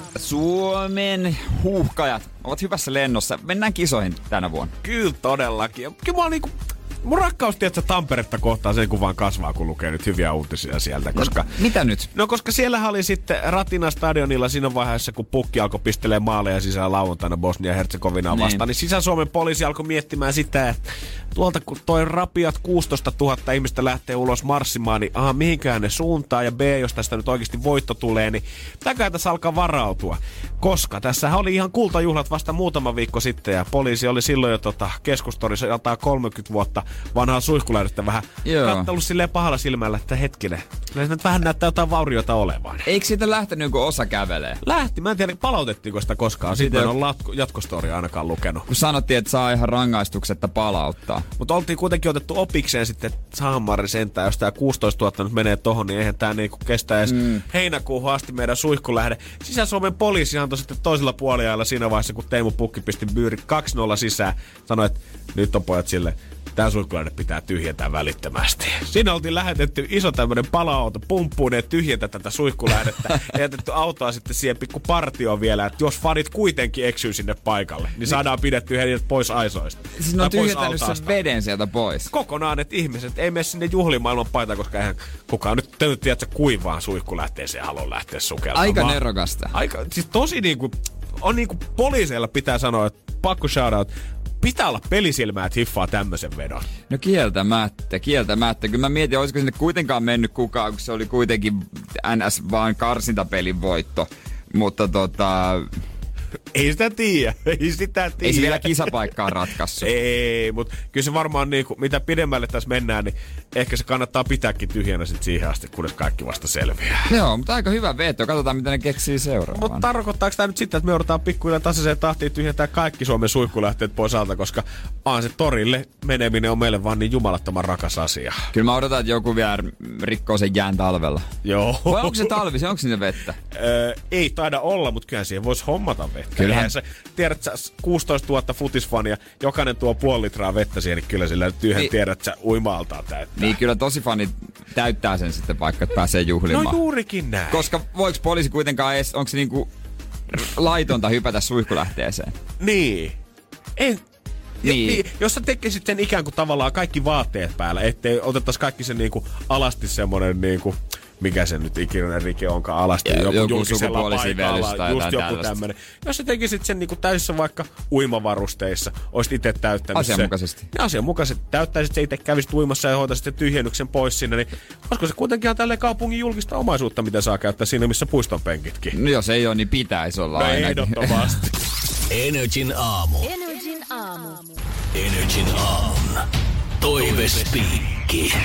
Suomen huuhkajat ovat hyvässä lennossa. Mennään kisoihin tänä vuonna. Kyllä todellakin. Kyllä mä oon niinku... Mun rakkaus, tiedätkö, Tamperetta kohtaan sen kun vaan kasvaa, kun lukee nyt hyviä uutisia sieltä, koska... No, mitä nyt? No, koska siellähän oli sitten Ratina stadionilla siinä vaiheessa, kun pukki alkoi pistelee maaleja sisään lauantaina Bosnia-Herzegovinaa niin. vastaan, niin Sisä-Suomen poliisi alkoi miettimään sitä, että tuolta kun toi rapiat kuusitoistatuhatta ihmistä lähtee ulos marssimaan, niin aha, mihinkään ne suuntaa, ja B, jos tästä nyt oikeasti voitto tulee, niin pitääkö tässä alkaa varautua? Koska tässähän oli ihan kultajuhlat vasta muutama viikko sitten, ja poliisi oli silloin jo tota, keskustorissa jotain kolmekymmentä vuotta vanhaa suihkulähdettä vähän kattellut silleen pahalla silmällä, että hetkinen, kyllä nyt vähän näyttää jotain vauriota olevan. Eikö siitä lähtenyt, kun osa kävelee? Lähti, mä en tiedä, palautettiinko sitä koskaan. Sitten en ole latko, jatkostoria ainakaan lukenut. Kun sanottiin, että saa ihan rangaistuksetta palauttaa. Mutta oltiin kuitenkin otettu opikseen sitten, että saamari sentään, jos tää kuusitoistatuhatta nyt menee tohon, niin eihän tää niinku kestä edes mm. heinäkuuhun asti meidän suihkulähde. Sisä-Suomen poliisi antoi sitten toisella puoliajalla siinä vaiheessa, kun Teemu Pukki pisti byyrit kaksi nolla sisään. Sanoi, että nyt on pojat silleen, tää suihkulähde pitää tyhjentää välittömästi. Siinä oltiin lähetetty iso tämmönen pala-auto pumppuun ja tyhjentää tätä suihkulähdettä. Ja jätetty autoa sitten siihen pikku partioon vielä, että jos fanit kuitenkin eksyy sinne paikalle, niin saadaan pidettyä heidät pois aisoista. Siis ne on tyhjentänyt sen veden sieltä pois. Kokonaan, että ihmiset ei mene sinne juhlimaailman paitaan, koska eihän kukaan nyt täytyy tiedätkö kuivaan suihkulähteeseen halua lähteä sukeltamaan. Aika nerokasta. Aika, siis tosi niinku, on niinku poliiseilla pitää sanoa, että pakko shoutout. Pitää olla pelisilmää, että hiffaa tämmöisen vedon. No kieltämättä, kieltämättä. Kyllä mä mietin, olisiko sinne kuitenkaan mennyt kukaan, kun se oli kuitenkin N S vaan karsintapelin voitto. Mutta tota... Ei sitä tiedä. Ei sitä tiedä. Ei se vielä kisapaikkaa ratkaissut. Ei, mutta kyllä se varmaan niinku, mitä pidemmälle tässä mennään, niin ehkä se kannattaa pitääkin tyhjänä sit siihen asti, kunnes kaikki vasta selviää. Joo, mutta aika hyvä veto. Katsotaan, mitä ne keksii seuraavaan. Mutta tarkoittaako tämä nyt sitten, että me joudutaan pikkuhiljaa tasaiseen tahtiin tyhjentää kaikki Suomen suihkulähteet pois alta, koska aan se torille meneminen on meille vaan niin jumalattoman rakas asia. Kyllä mä odotan, että joku vielä rikkoo sen jään talvella. Joo. Vai onko se talvi? Onko sinne vettä? Öö, ei taida olla, mutta kyllähän siihen voisi hommata vettä. Kyllähän se, tiedät sä, kuusitoistatuhatta futisfania, jokainen tuo puoli litraa vettä siihen, niin kyllä sillä nyt yhden niin, tiedät sä uima-altaan täyttää. Niin kyllä tosi fanit täyttää sen sitten vaikka, että pääsee juhlimaan. No juurikin näin. Koska voiko poliisi kuitenkaan edes, onko se niinku laitonta hypätä suihkulähteeseen? Niin. Ei. Niin. niin. Jos sä tekisit sen ikään kuin tavallaan kaikki vaatteet päällä, ettei otettaisi kaikki sen niinku alasti semmonen niinku, mikä se nyt ikinä rike onkaan alasti, ja, joku, joku sukupuolisivellys tai just joku tällaista. tämmönen. Jos sä tekisit sen niinku täysissä vaikka uimavarusteissa, oisit itse täyttänyt asianmukaisesti. Se. Asianmukaisesti. Täyttäisit se itse, kävisit uimassa ja hoitaisit sen tyhjennyksen pois sinne, niin olisiko se kuitenkin tälleen kaupungin julkista omaisuutta, mitä saa käyttää siinä, missä puiston penkitkin? No jos ei ole, niin pitäisi olla no ainakin. Ehdottomasti. Energin aamu. Energin aamu. Energin aamun toivespiikki.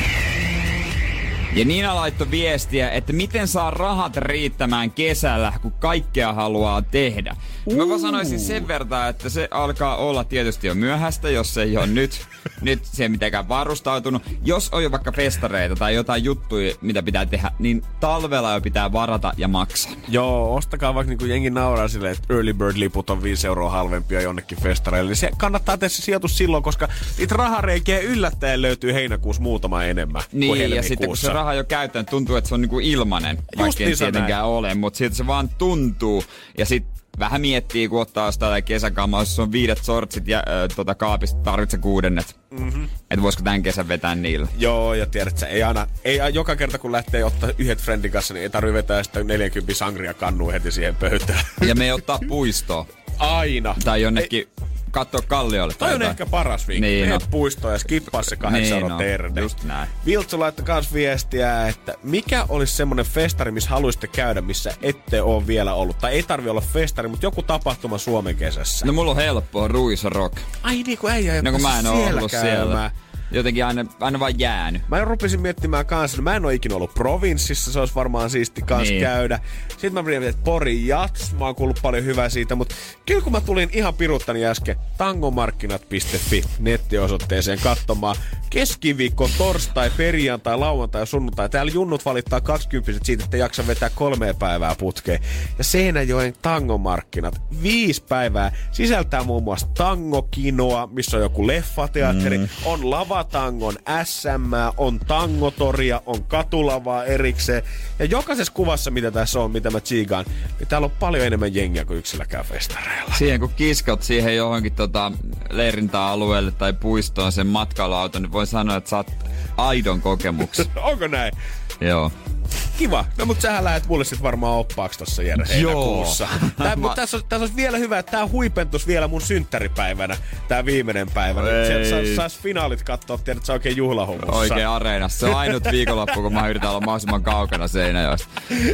Ja Niina laittoi viestiä, että miten saa rahat riittämään kesällä, kun kaikkea haluaa tehdä. Uh. Mä vaan sanoisin sen verran, että se alkaa olla tietysti jo myöhäistä, jos se ei ole nyt, nyt siihen mitenkään varustautunut. Jos on jo vaikka festareita tai jotain juttuja, mitä pitää tehdä, niin talvella jo pitää varata ja maksaa. Joo, ostakaa vaikka niinku jengi nauraa silleen, että early bird-liput on viisi euroa halvempia jonnekin festareille. Niin se kannattaa tehdä se sijoitus silloin, koska niitä rahareikiä yllättäen löytyy heinäkuussa muutama enemmän niin, kuin ja sitten kun se raha jo käytän, tuntuu, että se on niinku ilmanen, vaikka ei tietenkään ole, mutta siitä se vaan tuntuu. Ja sitten vähän miettii, kun ottaa jostain kesäkamaa, jos on viidet sortsit ja äh, tota kaapista tarvitse kuudennet. Mm-hmm. Että voisiko tämän kesän vetää niillä. Joo, ja tiedät sä, ei aina, ei joka kerta kun lähtee ottaa yhdet friendin kanssa, niin ei tarvitse vetää sitä neljäkymmentä sangria kannua heti siihen pöytään. Ja me ei ottaa puistoa. Aina. Tai jonnekin ei katsoa kalliolle. Toi on jotain. Ehkä paras vinkki. Niin, Meet no. puistoon ja skippaa se kahdeksan niin, no. terde. Just näin. Viltsu laittoi kans viestiä, että mikä olisi semmonen festari, missä haluaisitte käydä, missä ette ole vielä ollut. Tai ei tarvi olla festari, mutta joku tapahtuma Suomen kesässä. No mulla on helppoa, Ruiso Rock. Ai niin kuin äijä ei no, kun mä en ole ollut käymään. siellä. Jotenkin aina, aina vaan jäänyt. Mä rupesin miettimään kanssa, mä en oo ikinä ollut provinssissa, se olisi varmaan siisti kans niin. käydä. Sitten mä mietin, että Pori Jats, mä oon kuullut paljon hyvää siitä, mutta kyllä kun mä tulin ihan piruttani äsken tangomarkkinat piste fi nettiosoitteeseen katsomaan keskiviikko, torstai, perjantai, lauantai ja sunnuntai. Täällä junnut valittaa kaksikymppiset siitä, että jaksa vetää kolmea päivää putkeen. Ja Seinäjoen tangomarkkinat, viisi päivää, sisältää muun muassa tangokinoa, missä on joku leffateatteri, mm. on lavatangon S M, on tangotoria, on katulavaa erikseen. Ja jokaisessa kuvassa, mitä tässä on, mitä mä tsiigaan, niin täällä on paljon enemmän jengiä kuin yksilläkään festareilla. Siihen kun kiskot siihen johonkin tota leirintäalueelle tai puistoon sen matkailuauton, niin voi sanoa, että saat aidon kokemuksen. Onko näin? Joo. Kiva. No mut sähän lähet mulle sit varmaan oppaaksi tossa Jere heinäkuussa. Tää, mut tässä on, tässä on vielä hyvä, että tää huipentus vielä mun synttäripäivänä. Tää viimeinen päivä. Sieltä sais, sais finaalit kattoo, tiedät, että sä oikein juhlahummussa. Oikein areenassa. Se on ainut viikonloppu, kun mä yritän olla mahdollisimman kaukana Seinäjoesta.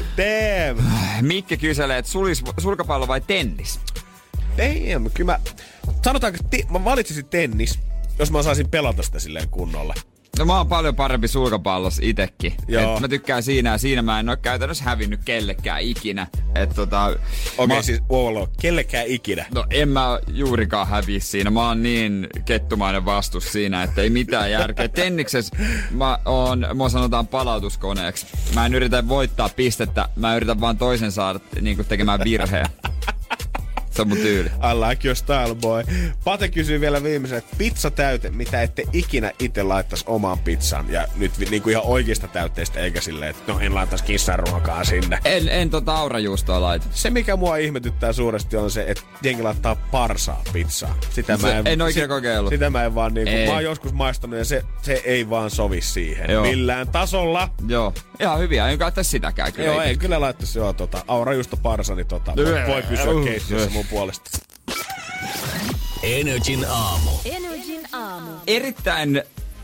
Damn. Mikke kyselee, että sulis, sulkapallo vai tennis? Damn. Kyllä mä, sanotaanko, että mä valitsisin tennis, jos mä saisin pelata sitä silleen kunnolla. No mä oon paljon parempi sulkapallossa itekin. Et mä tykkään siinä ja siinä mä en oo käytännössä hävinnyt kellekään ikinä. Et tota... Okei, okay, mä... siis Uolo, kellekään ikinä? No en mä juurikaan häviä siinä. Mä oon niin kettumainen vastus siinä, että ei mitään järkeä. Tenniksessä mä oon, mua sanotaan palautuskoneeksi. Mä en yritä voittaa pistettä, mä yritän vaan toisen saada niin tekemään virheen. Se on mun tyyli. I like your style, boy. Pate kysyy vielä viimeisen, että pizzatäyte, mitä ette ikinä itse laittaisi omaan pizzaan. Ja nyt niin kuin ihan oikeista täytteistä, eikä silleen, että no en laittaisi kissanruokaa sinne. En, en tota aurajuustoa laita. Se, mikä mua ihmetyttää suuresti, on se, että jengi laittaa parsaa pizzaa. Sitä se, mä en, en oikein sit, kokeillut. Sitä mä en vaan niinku, mä oon joskus maistanut ja se, se ei vaan sovi siihen. Joo. Millään tasolla. Joo. Ihan hyviä, en käyttäisi sitäkään kyllä. Joo, ei kyllä laittaisi joo tota, aurajuusto parsa, niin tota, voi pysyä keississä mun puolesta. Energin aamu. Energin aamu. Erittäin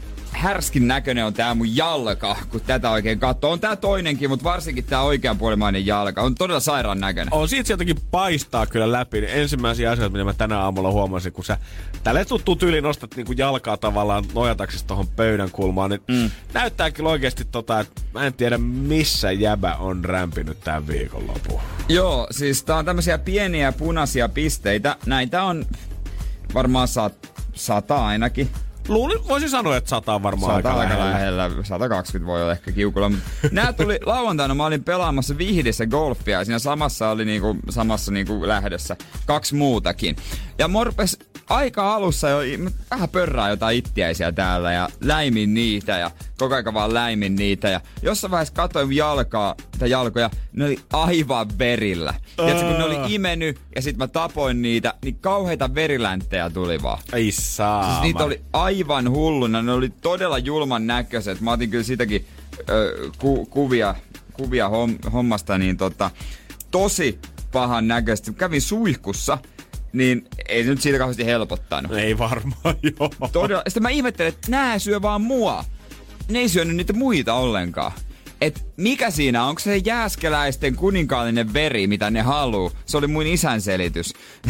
härskin näköinen on tää mun jalka, kun tätä oikein katsoo. On tää toinenkin, mutta varsinkin tää oikeanpuolimainen jalka. On todella sairaan näköinen. On siitä sieltäkin paistaa kyllä läpi. Niin ensimmäisiä asioita, mitä mä tänä aamulla huomasin, kun sä tälle tuttuu tyyliin nostat niinku jalkaa tavallaan nojataksesi tohon pöydän kulmaan, niin mm. näyttää kyllä oikeesti tota, että mä en tiedä missä jäbä on rämpinyt tämän viikonlopun. Joo, siis tää on tämmösiä pieniä punaisia pisteitä. Näitä on varmaan sat, sata ainakin. Luulin, voisin sanoa, että sata on varmaan sata aika lähellä. lähellä. sata kaksikymmentä voi olla ehkä kiukulla. Nää tuli lauantaina, mä olin pelaamassa Vihdissä golfia ja siinä samassa oli niinku, samassa niinku lähdössä kaksi muutakin. Ja morpes aika alussa jo vähän pörrää jotain ittiäisiä täällä ja läimin niitä ja koko ajan vaan läimin niitä. Ja jossain vaiheessa katsoin jalkaa, tai jalkoja, ne oli aivan verillä. Uh. Tiedätkö, kun ne oli imennyt ja sit mä tapoin niitä, niin kauheita verilänttejä tuli vaan. Ai saa. Siis niitä oli aivan hulluna, ne oli todella julman näköiset. Mä otin kyllä sitäkin ö, ku, kuvia, kuvia hom, hommasta, niin tota, tosi pahan näköisesti. Kävin suihkussa. Niin ei se nyt siitä kauheasti helpottanut. Ei varmaan, joo. Todella. Sitten mä ihmettelen, että nää syö vaan mua. Ne ei syönyt niitä muita ollenkaan. Et mikä siinä on? Onko se jääskeläisten kuninkaallinen veri, mitä ne haluu? Se oli mun isän selitys.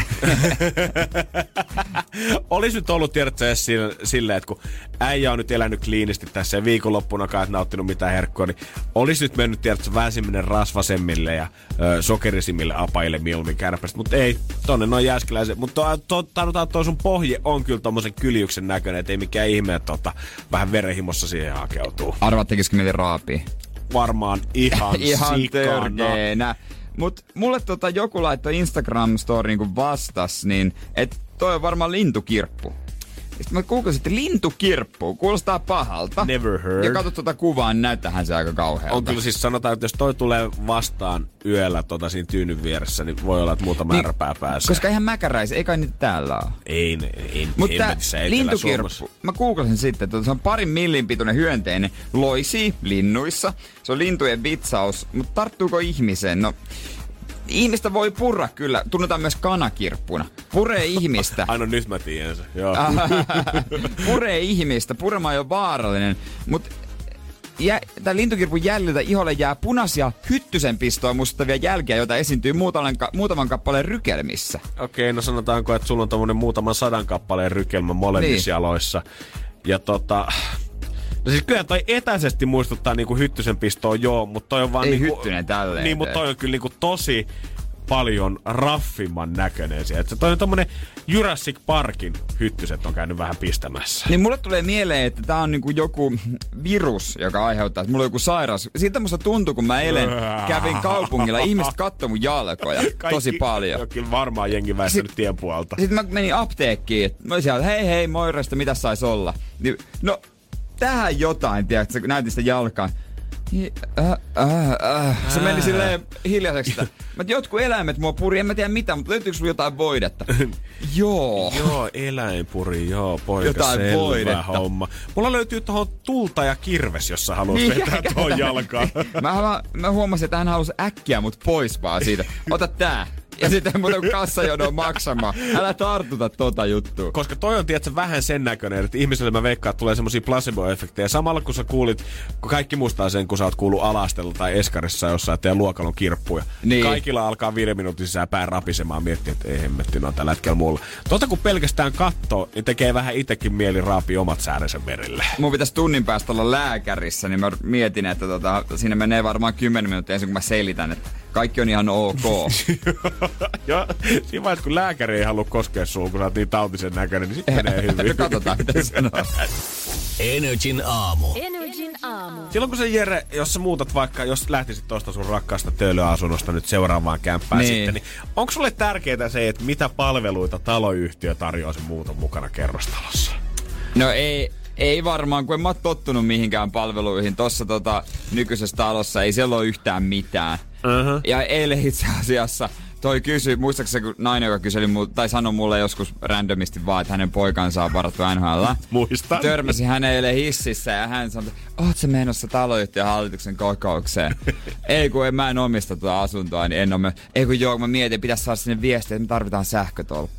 Olisi nyt ollut, tiedätkö, silleen, että kun äijä on nyt elänyt kliinisti tässä ja viikonloppunakaan et nauttinut mitään herkkua, niin olisi nyt mennyt, tiedätkö, vähän semmoinen rasvasemmille ja ö, sokerisimmille apaille mieluummin kärpästä. Mutta ei, tonne noin jääskeläiset. Mutta to, to, toi sun pohje on kyllä tommosen kyljyksen näköinen, et ei mikään ihme, että tota, vähän verenhimossa siihen hakeutuu. Arvaat, tekisikö mieli raapia? Varmaan ihan, ihan sikana. törkeenä. Mut mulle tota joku laittoi Instagram-story niinku vastas, niin et toi on varmaan lintukirppu. Sitten mä googlasin, että lintukirppu kuulostaa pahalta. Never heard. Ja katsot tuota kuvaa, niin näyttähän se aika kauhealta. On kyllä siis sanotaan, että jos toi tulee vastaan yöllä tota siinä tyynyn vieressä, niin voi olla, että muutama niin, ärpää pääsee. Koska ihan mäkäräisiä, ei kai niitä täällä ole. Ei, ei, Mutta tää lintukirppu, mä googlasin sitten, että se on parin millin pituinen hyönteinen, loisii linnuissa. Se on lintujen vitsaus, mutta tarttuuko ihmiseen? No, ihmistä voi purra kyllä. Tunnetaan myös kanakirppuna. Puree ihmistä. Aino nyt mä tiedän sen. Joo. Puree ihmistä. Purema on jo vaarallinen. Mutta tämän lintukirpun jäljiltä iholle jää punaisia hyttysen pistoa muistuttavia jälkiä, joita esiintyy muutaman, muutaman kappaleen rykelmissä. Okei, no sanotaanko, että sulla on tommonen muutaman sadan kappaleen rykelmä molemmissa niin. jaloissa. Ja tota... No siis kyllä toi etäisesti muistuttaa niinku hyttysen pistoa, joo, mutta toi on vaan ei niinku... hyttynen tälleen. Niin, mutta toi on kyllä niinku tosi paljon raffimman näköinen siellä. Että toi on tommonen Jurassic Parkin hyttyset on käynyt vähän pistämässä. Niin mulle tulee mieleen, että tää on niinku joku virus, joka aiheuttaa, että mulla on joku sairaus. Siitä musta tuntuu, kun mä eilen kävin kaupungilla, ihmiset katsoi mun jalkoja kaikki, tosi paljon. Kaikki, kyllä varmaan jengi väistänyt Sit, tien puolta. Sitten mä menin apteekkiin, että mä olisin siellä, hei hei Moiresta, mitä sais olla? Niin, no, tähän jotain, tiedätkö, kun näytin sitä jalkaa. Äh, äh, äh. Se meni silleen hiljaiseksi. Mä jotkut eläimet mua puri, en mä tiedä mitä, mutta löytyykö sulla jotain voidetta? Joo. Joo, eläinpuri, joo, poika, jotain selvä voidetta. Homma. Mulla löytyy tohon tulta ja kirves, jos sä haluat niin, vetää tuohon jalkaan. mä, mä huomasin, että hän halusi äkkiä mut pois vaan siitä. Ota tää. Ja sitten mun on kassajonoa maksamaan. Älä tartuta tota juttua. Koska toi on, tiedätkö, vähän sen näköinen, että ihmiselle mä veikkaan, että tulee semmosia placebo-efektejä. Samalla kun sä kuulit, kun kaikki muistaa sen, kun sä oot kuullut alastella tai eskarissa jossain teidän luokalon kirppuja. Niin. Kaikilla alkaa viiden minuutin sisään pää rapisemaan miettiä, että ei hemmetti, no tällä hetkellä mulla. Tota kun pelkästään kattoo, niin tekee vähän itekin mieli raapia omat säärensä verille. Mun pitäisi tunnin päästä olla lääkärissä, niin mä mietin, että tota, siinä menee varmaan kymmenen minuuttia ensin, kun mä selitän, että kaikki on ihan ok. Joo, siinä vaiheessa kun lääkäri ei halua koskea suun, kun sä oot niin tautisen näköinen, niin sitten menee hyvin. No katsotaan, mitä sanoo. Energin aamu. Energin aamu. Silloin kun se Jere, jos sä muutat vaikka, jos lähtisit tosta sun rakkaasta töölöasunnosta nyt seuraavaan kämppään niin. sitten, niin onko sulle tärkeää se, että mitä palveluita taloyhtiö tarjoaa sen muuton mukana kerrostalossa? No ei... Ei varmaan, kun en mä oon tottunut mihinkään palveluihin. Tossa tota, nykyisessä talossa ei siellä ole yhtään mitään. Uh-huh. Ja eilen itse asiassa toi kysyi, muistaakseni kun nainen, joka kyseli mulle, tai sanoi mulle joskus randomisti vaan, että hänen poikansa on varattu N H L. Muistan. Törmäsi hänen eilen hississä ja hän sanoi, että oot sä menossa taloyhtiön hallituksen kokoukseen? Ei kun en, mä en omista tuota asuntoa, niin en ole. Ei kun joo, mä mietin, pitäisi saada sinne viestiä, että me tarvitaan sähkötolppa.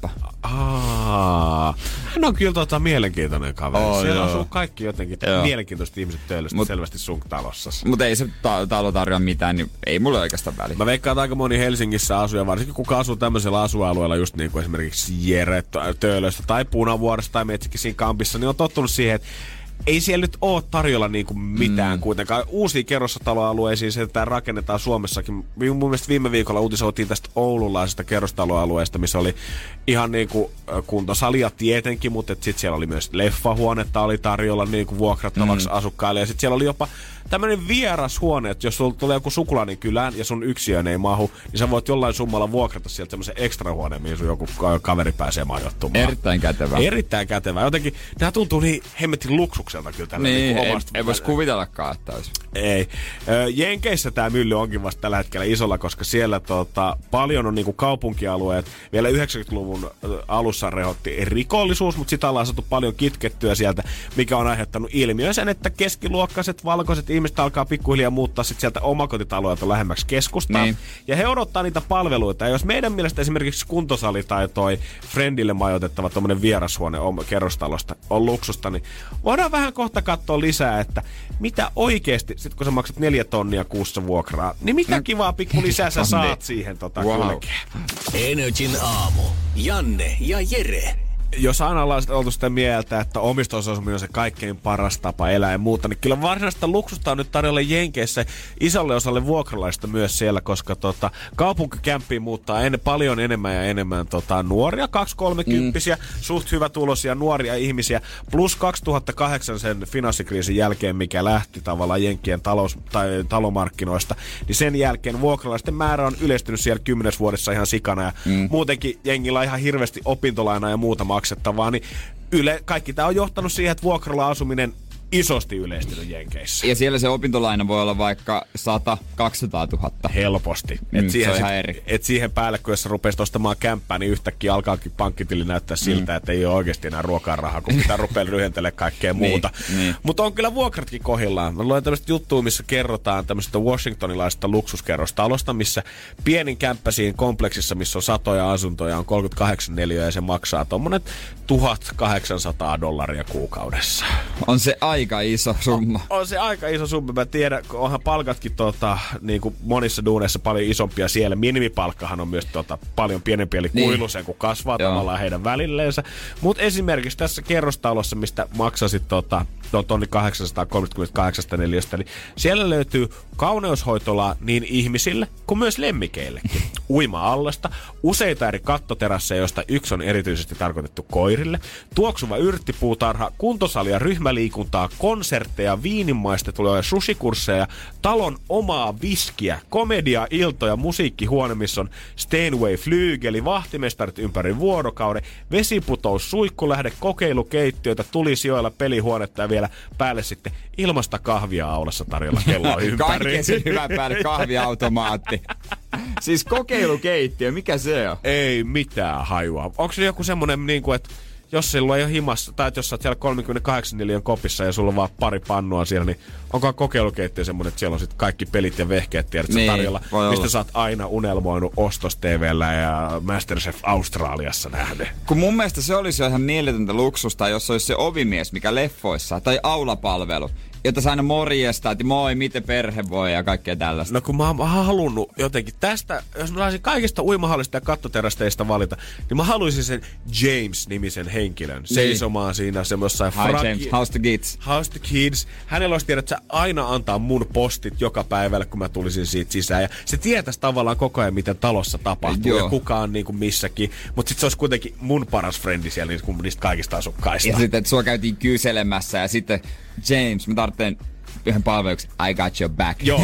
Aa, hän on kyllä tota mielenkiintoinen kaveri. Oh, siellä joo. asuu kaikki jotenkin Joo. mielenkiintoiset ihmiset töölöstä Mut- selvästi sun talossa. Mutta ei se ta- talo tarjoa mitään, niin ei mulle oikeastaan väliä. Mä veikkaan, että aika moni Helsingissä asuu, ja varsinkin kuka asuu tämmöisellä asualueella, just niin kuin esimerkiksi Jere Töölöstä tai Punavuoresta tai Metsikisin kampissa, niin on tottunut siihen, että ei siellä nyt ole tarjolla niinku mitään mm. kuitenkaan. Uusia kerrostaloalueisiin se rakennetaan Suomessakin. Mun mielestä viime viikolla uutisoitiin tästä oululaisesta kerrostaloalueesta, missä oli ihan niinku kuntosalia tietenkin, mutta sitten siellä oli myös leffahuonetta oli tarjolla niinku vuokrattavaksi mm. asukkaille. Ja sitten siellä oli jopa tämmöinen vieras huone, että jos sulla tulee joku sukulainen kylään ja sun yksiöön ei mahu, niin sä voit jollain summalla vuokrata sieltä semmoisen ekstra huoneen, mihin sun joku kaveri pääsee majoittumaan. Erittäin kätevää. Erittäin kätevää. Jotenkin nämä tuntuu niin hemmetin luksukselta kyllä tällä Niin, niin ei, omasta. ei vois kuvitellakaan, että olisi. Ei. Ö, Jenkeissä tämä mylly onkin vasta tällä hetkellä isolla, koska siellä tota, paljon on niinku kaupunkialueet. Vielä yhdeksänkymmentäluvun alussa rehotti rikollisuus, mutta sitä ollaan saatu paljon kitkettyä sieltä, mikä on aiheuttanut ilmiön sen, että keskiluokkaiset, valkoiset ihmiset alkaa pikkuhiljaa muuttaa sit sieltä omakotitaloilta lähemmäksi keskustaa. Niin. Ja he odottaa niitä palveluita. Ja jos meidän mielestä esimerkiksi kuntosali tai toi Friendille majoitettava tommonen vierashuone kerrostalosta on luksusta, niin voidaan vähän kohta katsoa lisää, että mitä oikeesti, sit kun sä maksat neljä tonnia kuussa vuokraa, niin mitä kivaa pikku lisää sä saat siihen tota Wow. kulkeen. Energin aamu. Janne ja Jere. Jos aina ollaan oltu sitä mieltä, että omistusasuminen on se kaikkein paras tapa elää ja muuta, niin kyllä varsinaista luksusta on nyt tarjolla Jenkeissä isolle osalle vuokralaista myös siellä, koska tota, kaupunkikämppiin muuttaa en, paljon enemmän ja enemmän tota, nuoria, kaksi kolmekymppisiä, mm. suht hyvätuloisia nuoria ihmisiä, plus kaksituhattakahdeksan sen finanssikriisin jälkeen, mikä lähti tavallaan Jenkkien talous, tai talomarkkinoista, niin sen jälkeen vuokralaisten määrä on yleistynyt siellä kymmenes vuodessa ihan sikana ja mm. muutenkin jengillä on ihan hirveästi opintolainaa ja muuta maksettavaa, niin yle, kaikki tämä on johtanut siihen, että vuokralla asuminen isosti yleistynyt Jenkeissä. Ja siellä se opintolaina voi olla vaikka sata kaksisataa tuhatta. Helposti. Mm, et siihen, se on ihan sit, eri. et siihen päälle, kun jos sä rupeat ostamaan kämppää, niin yhtäkkiä alkaakin pankkitili näyttää siltä, mm. että ei ole oikeasti enää ruokaa rahaa, kun pitää rupea lyhentelemään kaikkea muuta. Niin, niin. Mutta on kyllä vuokratkin kohillaan. Mä luen tämmöistä juttua, missä kerrotaan tämmöisestä washingtonilaisesta luksuskerrostalosta, missä pienin kämppä siinä kompleksissa, missä on satoja asuntoja, on kolmekymmentäkahdeksan neliöä ja se maksaa tommonen tuhatkahdeksansataa dollaria kuukaudessa. On se aika iso summa. On, on se aika iso summa. Mä tiedän, kun onhan palkatkin tota, niin kuin monissa duuneissa paljon isompia siellä. Minimipalkkahan on myös tota, paljon pienempi, eli niin. kuilu sen, kun kasvaa Joo. tavallaan heidän välilleensä. Mutta esimerkiksi tässä kerrostalossa, mistä maksasit tota, tonni kahdeksansataakolmekymmentäkahdeksan neliöstä, niin siellä löytyy kauneushoitolaa niin ihmisille kuin myös lemmikeillekin. Uima-allasta, useita eri kattoterasseja, joista yksi on erityisesti tarkoitettu koirille, tuoksuva yrttipuutarha, kuntosalia, ryhmäliikuntaa, konsertteja, viininmaistetuja, sushikursseja, talon omaa viskiä, komedia, iltoja, musiikkihuone, missä on Steinway Flygeli, vahtimestarit ympäri vuorokauden, vesiputous, suikkulähde, kokeilukeittiöitä, tulisijoilla, pelihuonetta ja vielä päälle sitten ilmasta kahvia aulassa tarjolla kelloa ympäri. Kaiken sen hyvän päälle kahviautomaatti. Siis kokeilukeittiö, mikä se on? Ei mitään hajua. Onko se joku semmonen niinku, että jos sulla ei ole himassa, tai että jos sä oot siellä kolmekymmentäkahdeksan neliön kopissa ja sulla on vaan pari pannua siellä, niin onko kokeilukeittiö semmonen, että siellä on sit kaikki pelit ja vehkeet tiedät, niin, tarjolla, mistä olla. Sä oot aina unelmoinut Ostos T V:llä ja Masterchef Australiassa nähnyt. Kun mun mielestä se olisi jo ihan mieletöntä luksusta, jos olisi se ovimies, mikä leffoissa, tai aulapalvelu, jota sä aina morjestaa, että moi, miten perhe voi ja kaikkea tällaista. No kun mä oon halunnut jotenkin tästä, jos mä saisin kaikista uimahallista ja kattoterasteista valita, niin mä haluaisin sen James-nimisen henkilön niin. seisomaan siinä semmoissain Hi fragi- James, how's the kids? How's the kids? Hänellä olisi tiedä, että sä aina antaa mun postit joka päivälle, kun mä tulisin siitä sisään. Ja se tietäisi tavallaan koko ajan, mitä talossa tapahtuu Joo. ja kuka on niin kuin missäkin. Mutta sit se olisi kuitenkin mun paras frendi siellä niistä kaikista asukkaista. Ja sitten, että sua käytiin kyselemässä ja sitten James, mä tarvitsen yhden palveluksen. I got your back. Joo.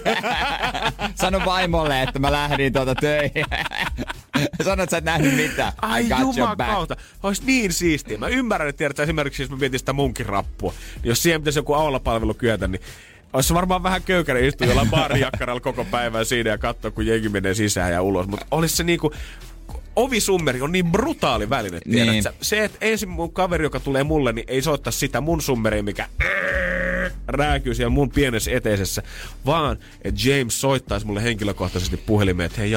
Sano vaimolle, että mä lähdin tuota töihin. Sano, että sä et nähnyt mitään. Ai jumakauta. Ois niin siistiä. Mä ymmärrän, että tiedät, esimerkiksi jos mä mietin sitä munkin rappua, niin jos siihen pitäisi joku aulapalvelu kyetä, niin olisi varmaan vähän köykäinen istua jollain baarijakkaralla koko päivän siinä ja katsoa, kun jengi menee sisään ja ulos. Mutta olisi se niinku ovisummeri on niin brutaali väline, tiedät niin. sä? Se, että ensin mun kaveri, joka tulee mulle, niin ei soittaa sitä mun summeria, mikä rääkyy siellä mun pienessä eteisessä, vaan että James soittaisi mulle henkilökohtaisesti puhelimeen, että hei Janne,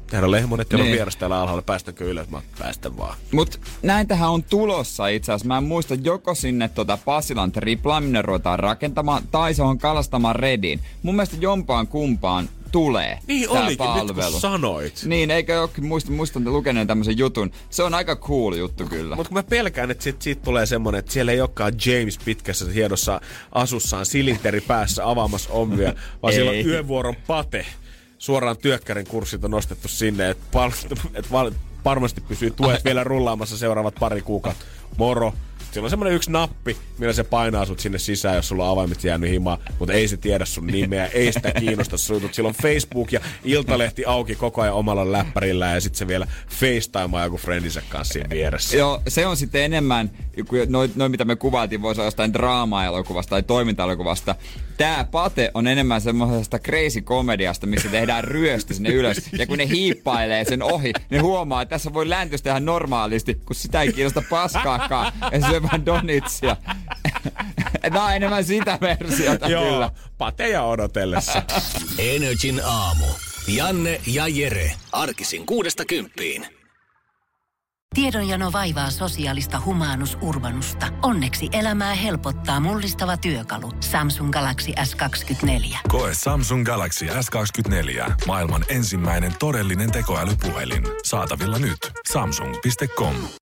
Herra Lehmonen, teillä on Niin. vieras täällä alhaalla, päästäkö ylös? Mä päästä vaan. Mut näitähän on tulossa itse asiassa. Mä en muista, joko sinne tota Pasilan triplaan, minne ruvetaan rakentamaan, tai se on kalastamaan Redin. Mun mielestä jompaan kumpaan tulee Niin tää olikin, palvelu. nyt kun sanoit. Niin, eikö jokin muista, muistan lukeneen tämmöisen jutun. Se on aika cool juttu kyllä. Mutta kun mä pelkään, että sit, siitä tulee semmonen, että siellä ei olekaan James pitkässä hiedossa asussaan silinteri päässä avaamassa ovia, vaan siellä on Ei. yövuoron Pate. Suoraan työkkärin kurssit on nostettu sinne, että pal- et val- varmasti pysyy tuet vielä rullaamassa seuraavat pari kuukautta. Moro. Siellä on semmoinen yksi nappi, millä se painaa sut sinne sisään, jos sulla on avaimet jäänyt himaan, mutta ei se tiedä sun nimeä, ei sitä kiinnosta sut. Siellä on Facebook ja Iltalehti auki koko ajan omalla läppärillä ja sitten se vielä FaceTimaa joku friendinsä kanssa siinä vieressä. Joo, se on sitten enemmän, noin noi, mitä me kuvailtiin, voisi olla jostain draama-elokuvasta tai toiminta-elokuvasta. Tää Pate on enemmän semmoisesta crazy-komediasta, missä tehdään ryöstö sinne ylös. Ja kun ne hiippailee sen ohi, ne huomaa, että tässä voi läntystä ihan normaalisti, kun sitä ei kiinnosta paskaakaan. Ja se syö vaan donitsia. Tää on enemmän sitä versiota Joo, kyllä. Pateja odotellessa. Energin aamu. Janne ja Jere. Arkisin kuudesta kymppiin. Tiedonjano vaivaa sosiaalista humanus urbanusta. Onneksi elämää helpottaa mullistava työkalu. Samsung Galaxy S kaksikymmentäneljä. Koe Samsung Galaxy S kaksikymmentäneljä. Maailman ensimmäinen todellinen tekoälypuhelin. Saatavilla nyt. Samsung piste com.